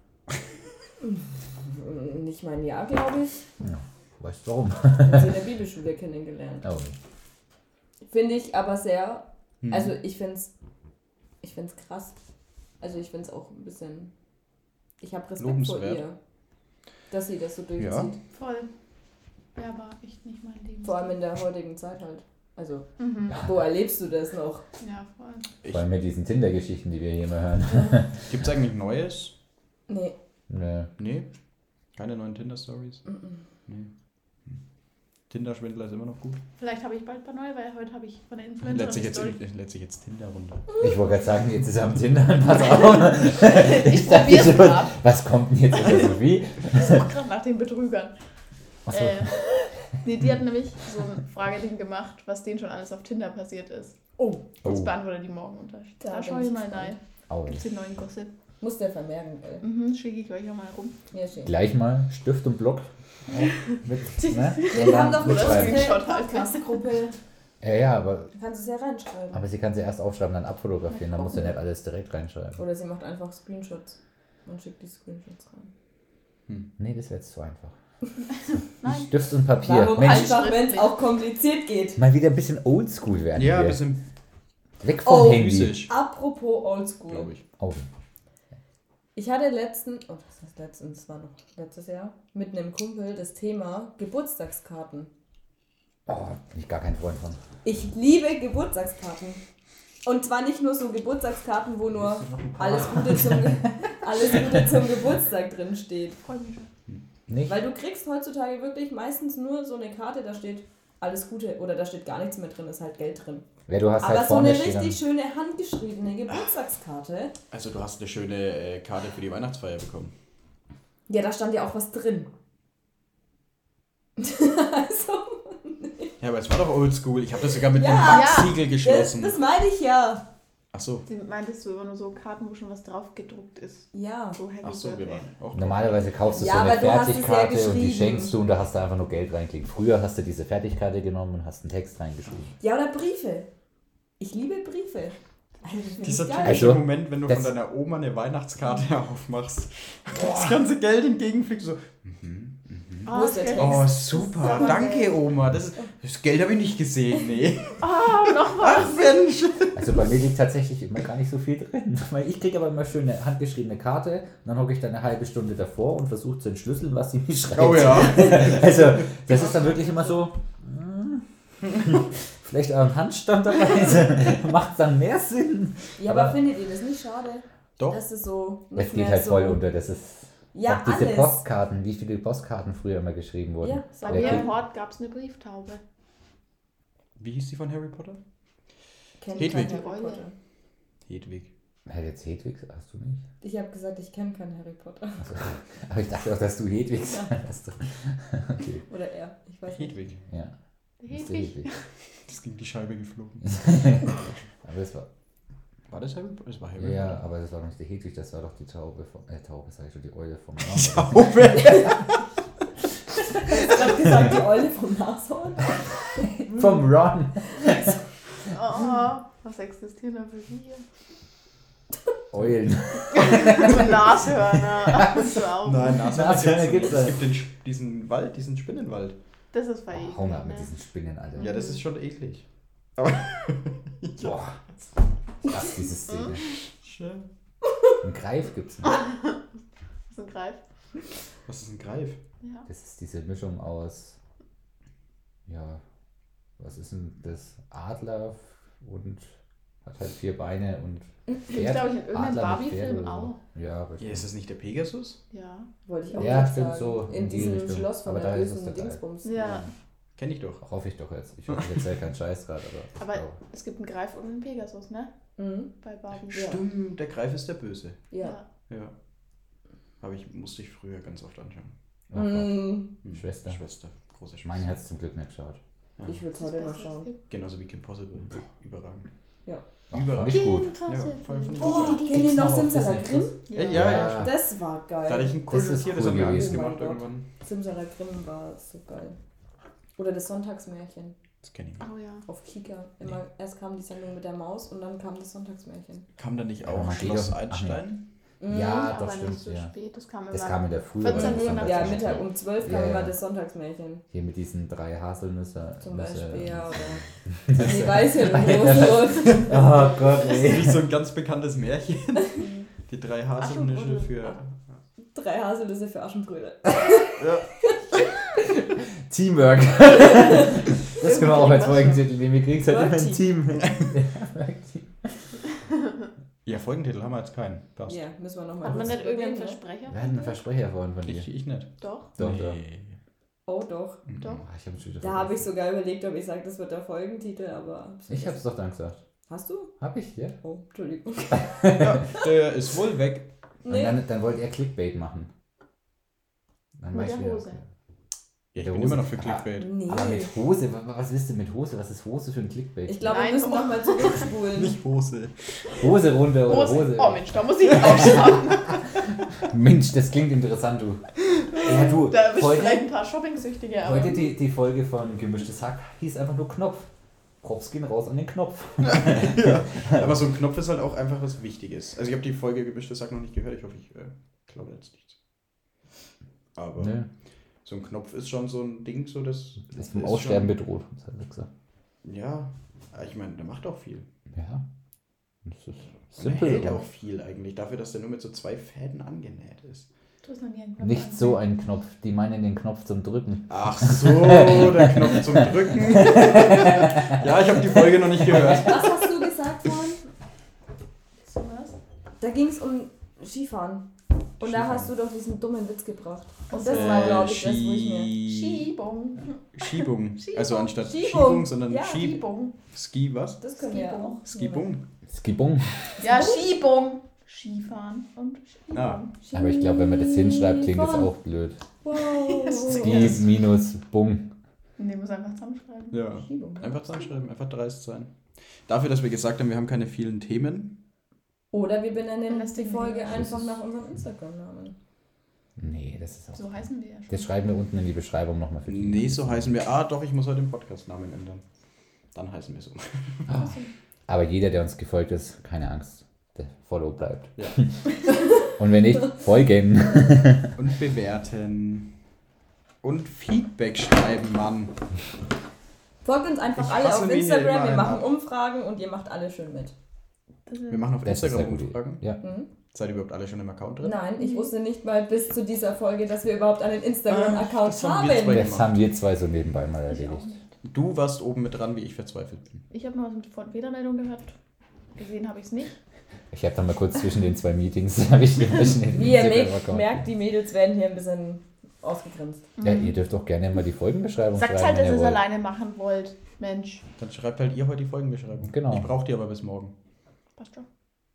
Nicht mal ein Jahr, glaube ich. Ja, weißt du warum? Haben sie in der Bibelschule kennengelernt. Oh. Finde ich aber sehr, Hm. also ich find's krass. Also ich find's auch ein bisschen, ich habe Respekt vor Lobenswert. ihr, dass sie das so durchzieht. Ja. Voll. Ja, aber echt nicht mein Leben. Vor allem in der heutigen Zeit halt. Also, Mhm. wo erlebst du das noch? Ja, voll. Vor allem mit diesen Tinder-Geschichten, die wir hier immer hören. Gibt es eigentlich Neues? Nee. Nö. Nee? Keine neuen Tinder-Stories? Nee. Tinder-Schwindler ist immer noch gut. Vielleicht habe ich bald ein paar neue, weil heute habe ich von der Lädt sich Influencerin jetzt Tinder runter. Ich wollte gerade sagen, jetzt ist er am Tinder, pass auf. Ich dachte probier's schon, grad. was kommt denn jetzt über Sophie? Ich suche gerade nach den Betrügern. Achso. Nee, die hat nämlich so ein Frageding gemacht, was denen schon alles auf Tinder passiert ist. Oh, Das Oh. beantwortet die morgen unter. Da Da bin schaue ich ich mal gespannt. rein. Au. Gibt's den neuen Gossip? muss der vermerken, ey. Mhm, schicke ich euch auch mal rum. Ja, schön. Gleich mal Stift und Block. Auch mit, ne? Wir haben doch mitschreiben. eine Screenshot halt. Podcast-Gruppe. Ja, aber, Da kannst du es ja reinschreiben. aber sie kann sie erst aufschreiben, dann abfotografieren. Dann muss sie nicht alles direkt reinschreiben. Oder sie macht einfach Screenshots und schickt die Screenshots rein. Nee, das wäre jetzt zu einfach. Nein. Stift und Papier. Warum Mensch, einfach, wenn es auch kompliziert geht? mal wieder ein bisschen oldschool werden Ja, ein wir. bisschen Weg vom Oh, Handy. physisch, Apropos Oldschool. glaube ich. Oh. Ich hatte das war noch letztes Jahr, mit einem Kumpel das Thema Geburtstagskarten. Oh, bin ich gar kein Freund von. Ich liebe Geburtstagskarten. Und zwar nicht nur so Geburtstagskarten, wo nur alles Gute zum Geburtstag drin steht. Freut mich schon. Nicht? Weil du kriegst heutzutage wirklich meistens nur so eine Karte, da steht alles Gute oder da steht gar nichts mehr drin, ist halt Geld drin. Ja, du hast Aber halt so vorne eine stehen richtig schöne handgeschriebene Geburtstagskarte, Also du hast eine schöne Karte für die Weihnachtsfeier bekommen. ja, da stand ja auch was drin. Also, Ja, aber es war doch oldschool. Ich habe das sogar mit Ja, einem Wachsiegel das, geschlossen. das meine ich ja. Ach so. Sie meintest du immer nur so Karten, wo schon was drauf gedruckt ist. Ja. So Happy Ach so, wir Birthday. waren auch Normalerweise kaufst du Ja, so eine aber du hast es ja Fertigkarte und die geschrieben. schenkst du und da hast du einfach nur Geld reinklickt. Früher hast du diese Fertigkarte genommen und hast einen Text reingeschrieben. Ja, oder Briefe. Ich liebe Briefe. Also, das finde Dieser ich geil. typische Also, Moment, wenn du das- von deiner Oma eine Weihnachtskarte aufmachst. Das ganze Geld entgegenfliegt, so. Oh, ist der okay. Text? Oh, super. Aber Danke, geil. Oma. Das Geld habe ich nicht gesehen, nee. Oh, noch was. Ach, Mensch. Also bei mir liegt tatsächlich immer gar nicht so viel drin. Weil ich kriege aber immer schön eine handgeschriebene Karte und dann hocke ich dann eine halbe Stunde davor und versuche zu entschlüsseln, was sie mir schreibt. Oh ja. Also das ist dann wirklich immer so, vielleicht euren Handstand dabei, macht dann mehr Sinn. Ja, aber Aber- findet ihr das nicht schade? Doch. Dass es so Es nicht geht mehr halt so... voll unter, das ist Ja, auch diese alles. Postkarten, wie viele Postkarten früher immer geschrieben wurden. Ja, Bei Wer mir kriegt- im Hort gab es eine Brieftaube. Wie hieß die von Harry Potter? Kennt Hedwig. kein Harry Potter. Hedwig. Jetzt Hedwig, hast du nicht? Ich habe gesagt, ich kenne keinen Harry Potter. Also, aber ich dachte auch, dass du Hedwig hast. Okay, Oder er, ich weiß nicht. Hedwig. ja. ist der Hedwig. Das gegen die Scheibe geflogen. Aber das war, War das Harry Potter? Das war Harry ja, Potter. aber das war doch nicht die Hedwig, das war doch die Taube vom, Taube, sag ich schon, die Eule vom Taube. Ich habe gesagt, die Eule vom Nashorn. Vom Ron. Oh, was existieren da für Viecher? Eulen. Nashörner. Das ist auch. Nein, Nashörner gibt's es da. gibt diesen Wald, diesen Spinnenwald. Das ist bei Hau mal mit diesen Spinnen, Alter. Ja, das ist schon eklig. Aber Boah. Was diese Szene. schön. Ein Greif gibt's noch. Das ist ein Greif. Was ist ein Greif? Ja. Das ist diese Mischung aus, ja, was ist denn das? Adler und hat halt 4 Beine und Gibt's, glaube ich, in irgendeinem Adler mit Barbie-Film Pferde auch. oder so. Ja, aber Ja, ist das nicht der Pegasus? Ja. Wollte ich auch Ja, gerade stimmt, sagen. so In in die diesem Richtung. Schloss von Aber der da ist es bösen der Greif. Dingsbums. Ja. Kenn ich doch. hoffe ich doch jetzt. Ich hoffe, ich erzähle keinen Scheiß gerade, aber. Aber es gibt einen Greif und einen Pegasus, ne? Mhm. Bei Barbie. Ja. Stimmt, der Greif ist der Böse. Ja. Ja. Musste ich früher ganz oft anschauen. Oh Gott. Mhm. Schwester. Schwester. Große Schwester. Mein Herz zum Glück nicht geschaut. Ja. Ich würde es Das heute noch Beste, was es schauen. gibt. Genauso wie Kim Possible. Überragend. Ach, Überall. fand ich gut. Ja, voll von Oh, gut. kennt ihr Gibt's noch noch auf Simsalakrim? Ja, ja. Das war Da hatte geil. ich ein Das cooles ist Tier, das cool haben wir Angst gewesen. gemacht Oh mein Gott. irgendwann. Simsalakrim war so geil. Oder das Sonntagsmärchen Das kenne ich nicht. Oh ja. auf Kika. Immer, erst kam die Sendung mit der Maus und dann kam das Sonntagsmärchen. Kam da nicht Ja, auch man geht Schloss doch- ach, Einstein? Ja, aber doch, nicht stimmt. so Ja. spät. Das kam Das immer. kam in der Früh. 14 oder so. Uhr Ja, Ja. Mittag um 12 Ja, kam ja. immer das Sonntagsmärchen. Hier mit diesen 3 Haselnüsse. Zum Beispiel, ja. Oder Das- die Weiße und Rosrot. Oh Gott, Das ist ey. nicht so ein ganz bekanntes Märchen. Mhm. Die 3 Haselnüsse Aschenbrödel. für... 3 Haselnüsse für Aschenbrödel. Ja. Teamwork. Das können wir auch als Folgentitel nehmen. Wir kriegen es halt immer ein Team. Ja, Folgentitel haben wir jetzt keinen. Passt. Ja, müssen wir nochmal. Hat man nicht irgendeinen Versprecher? Wir hatten einen Versprecher vorhin von dir. Ich nicht. Doch. Doch, Oh doch. Doch. Ah, ich hab's schon wieder Da habe ich vergessen. sogar überlegt, ob ich sage, das wird der Folgentitel, aber. Ich hab's doch dann gesagt. Hast du? Hab ich, ja? Oh, Entschuldigung. Ja, der ist wohl weg. Und Nee. dann wollte er Clickbait machen. Dann Mit war ich der wieder. Hose. Ja, ich Der bin Hose. immer noch für Clickbait. Nee. Aber mit Hose, was willst du mit Hose? Was ist Hose für ein Clickbait? Ich glaube, wir Nein, müssen oh. nochmal zurückspulen. Nicht Hose. Hose runter oder Hose. Oh Mensch, da muss ich drauf schauen. Mensch, das klingt interessant, du. Ja, du, Da erwischt vielleicht heute, ein paar Shopping-Süchtige. Aber heute die Folge von Gemischtes Hack hieß einfach nur Knopf. Props gehen raus an den Knopf. Ja. Aber so ein Knopf ist halt auch einfach was Wichtiges. Also ich habe die Folge Gemischtes Sack noch nicht gehört. Ich hoffe, ich glaube jetzt nichts. Aber Ne? so ein Knopf ist schon so ein Ding, so das... Das ist vom ist Aussterben schon- bedroht, hat er gesagt. Ja, ich meine, der macht auch viel. Ja. Das ist Und er simpel. hält aber auch viel eigentlich, dafür, dass der nur mit so 2 Fäden angenäht ist. du hast noch nie einen Knopf Nicht so angesehen. ein Knopf. Die meinen den Knopf zum Drücken. Ach so, der Knopf zum Drücken. Ja, ich habe die Folge noch nicht gehört. Was hast du gesagt vorhin? So was? Da ging es um Skifahren. Und da Skifahren. hast du doch diesen dummen Witz gebracht. Und Ach das so. war, glaube ich, das, wo ich mir. Schiebung. Schiebung. Schiebung. Also anstatt Schiebung. Schiebung, sondern Ja, Schiebung. Ski was? Das können wir ja auch. Skibung. Skibung. Ja, Schiebung. Skifahren und Schiebung. Ah. Aber ich glaube, wenn man das hinschreibt, klingt das auch blöd. Wow. Ski minus Bung. Nee, muss einfach zusammenschreiben. Ja. Schiebung. Einfach zusammenschreiben, einfach dreist sein. Dafür, dass wir gesagt haben, wir haben keine vielen Themen. Oder wir benennen Das die Ding Folge nicht. einfach nach unserem Instagram-Namen. Nee, das ist auch. So heißen wir ja schon. Das schreiben wir unten in die Beschreibung nochmal für die. Nee, so heißen wir. Ah, doch, ich muss heute den Podcast-Namen ändern. Dann heißen wir so. Aber jeder, der uns gefolgt ist, keine Angst. Der Follow bleibt. Ja. Und wenn nicht, folgen. Und bewerten. Und Feedback schreiben, Mann. Folgt uns einfach Ich alle hasse auf mir hier Instagram, immer wir einen machen ab. Umfragen und ihr macht alle schön mit. Wir machen auf Das ist Instagram eine gute Umfragen. Ja. Mhm. Seid ihr überhaupt alle schon im Account drin? Nein, ich wusste nicht mal bis zu dieser Folge, dass wir überhaupt einen Instagram-Account das haben wir zwei haben. Das haben wir zwei so nebenbei mal Ich auch erledigt. nicht. Du warst oben mit dran, wie ich verzweifelt bin. Ich habe noch was mit Fehlermeldung gehört. Gesehen habe ich es nicht. Ich habe dann mal kurz zwischen den 2 Meetings, habe ich den Wie ihr Instagram-Account. merkt, die Mädels werden hier ein bisschen ausgegrenzt. Ja, ihr dürft doch gerne mal die Folgenbeschreibung Sagt schreiben. halt, dass wenn ihr es wollt. alleine machen wollt. Mensch. Dann schreibt halt ihr heute die Folgenbeschreibung. Genau. Ich brauche die aber bis morgen. Passt schon.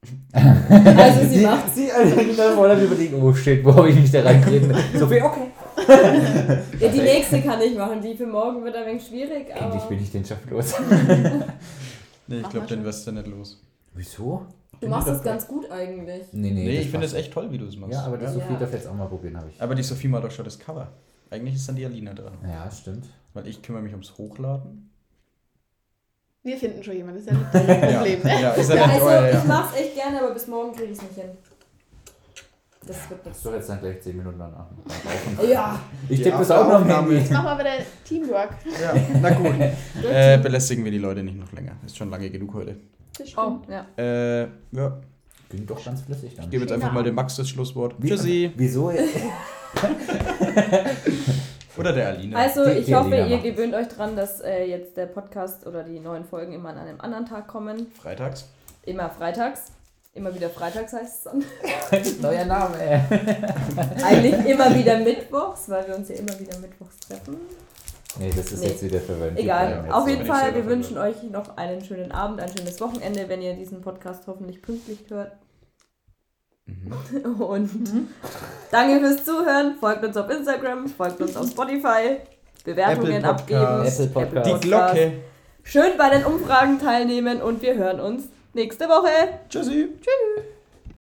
Also sie macht Sie alle vorher überlegen, oh shit, wo habe ich mich da reingeritten? Sophie, okay. ja, die nächste kann ich machen. Die für morgen wird ein wenig schwierig, aber Endlich bin ich den Job los. Nee, ich Mach glaube, mal den schon. wirst du nicht los. Wieso? du machst das ganz gut eigentlich. Nee, ich finde es passt. echt toll, wie du es machst. Ja, aber die Ja. Sophie darf jetzt auch mal probieren, habe ich. Aber die Sophie macht doch schon das Cover. Eigentlich ist dann die Alina dran. Ja, stimmt. Weil ich kümmere mich ums Hochladen. Wir finden schon jemanden, das ist ja nicht das Problem. Ja, ist ja Ja, nicht also euer, ich ja. mach's echt gerne, aber bis morgen kriege ich es nicht hin. Das wird Das nichts. soll jetzt dann gleich 10 Minuten danach. Ja. Ich Die tippe das auch noch am Aufnahme- Handy. Jetzt machen wir wieder Teamwork. Ja, na gut. Belästigen wir die Leute nicht noch länger. Ist schon lange genug heute. Das Oh, stimmt. ja. Ja, Ging doch ganz flüssig dann. ich gebe jetzt Schöner einfach mal dem Abend. Max das Schlusswort. Wie- Tschüssi. Wieso? Oder der Alina. Also Die- ich die hoffe, Alina ihr macht gewöhnt euch dran, dass jetzt der Podcast oder die neuen Folgen immer an einem anderen Tag kommen. Freitags. Immer freitags. Immer wieder freitags heißt es dann. Neuer Name. Eigentlich immer wieder mittwochs, weil wir uns ja immer wieder mittwochs treffen. Nee, das ist Nee. jetzt wieder verwendet. Egal, jetzt auf bin jeden ich Fall, selber wir wünschen verwirrt. euch noch einen schönen Abend, ein schönes Wochenende, wenn ihr diesen Podcast hoffentlich pünktlich hört. Und danke fürs Zuhören. Folgt uns auf Instagram, folgt uns auf Spotify. Bewertungen Apple abgeben. Podcast. Apple Podcast. Die Glocke. Schön bei den Umfragen teilnehmen und wir hören uns nächste Woche. Tschüssi. Tschüss.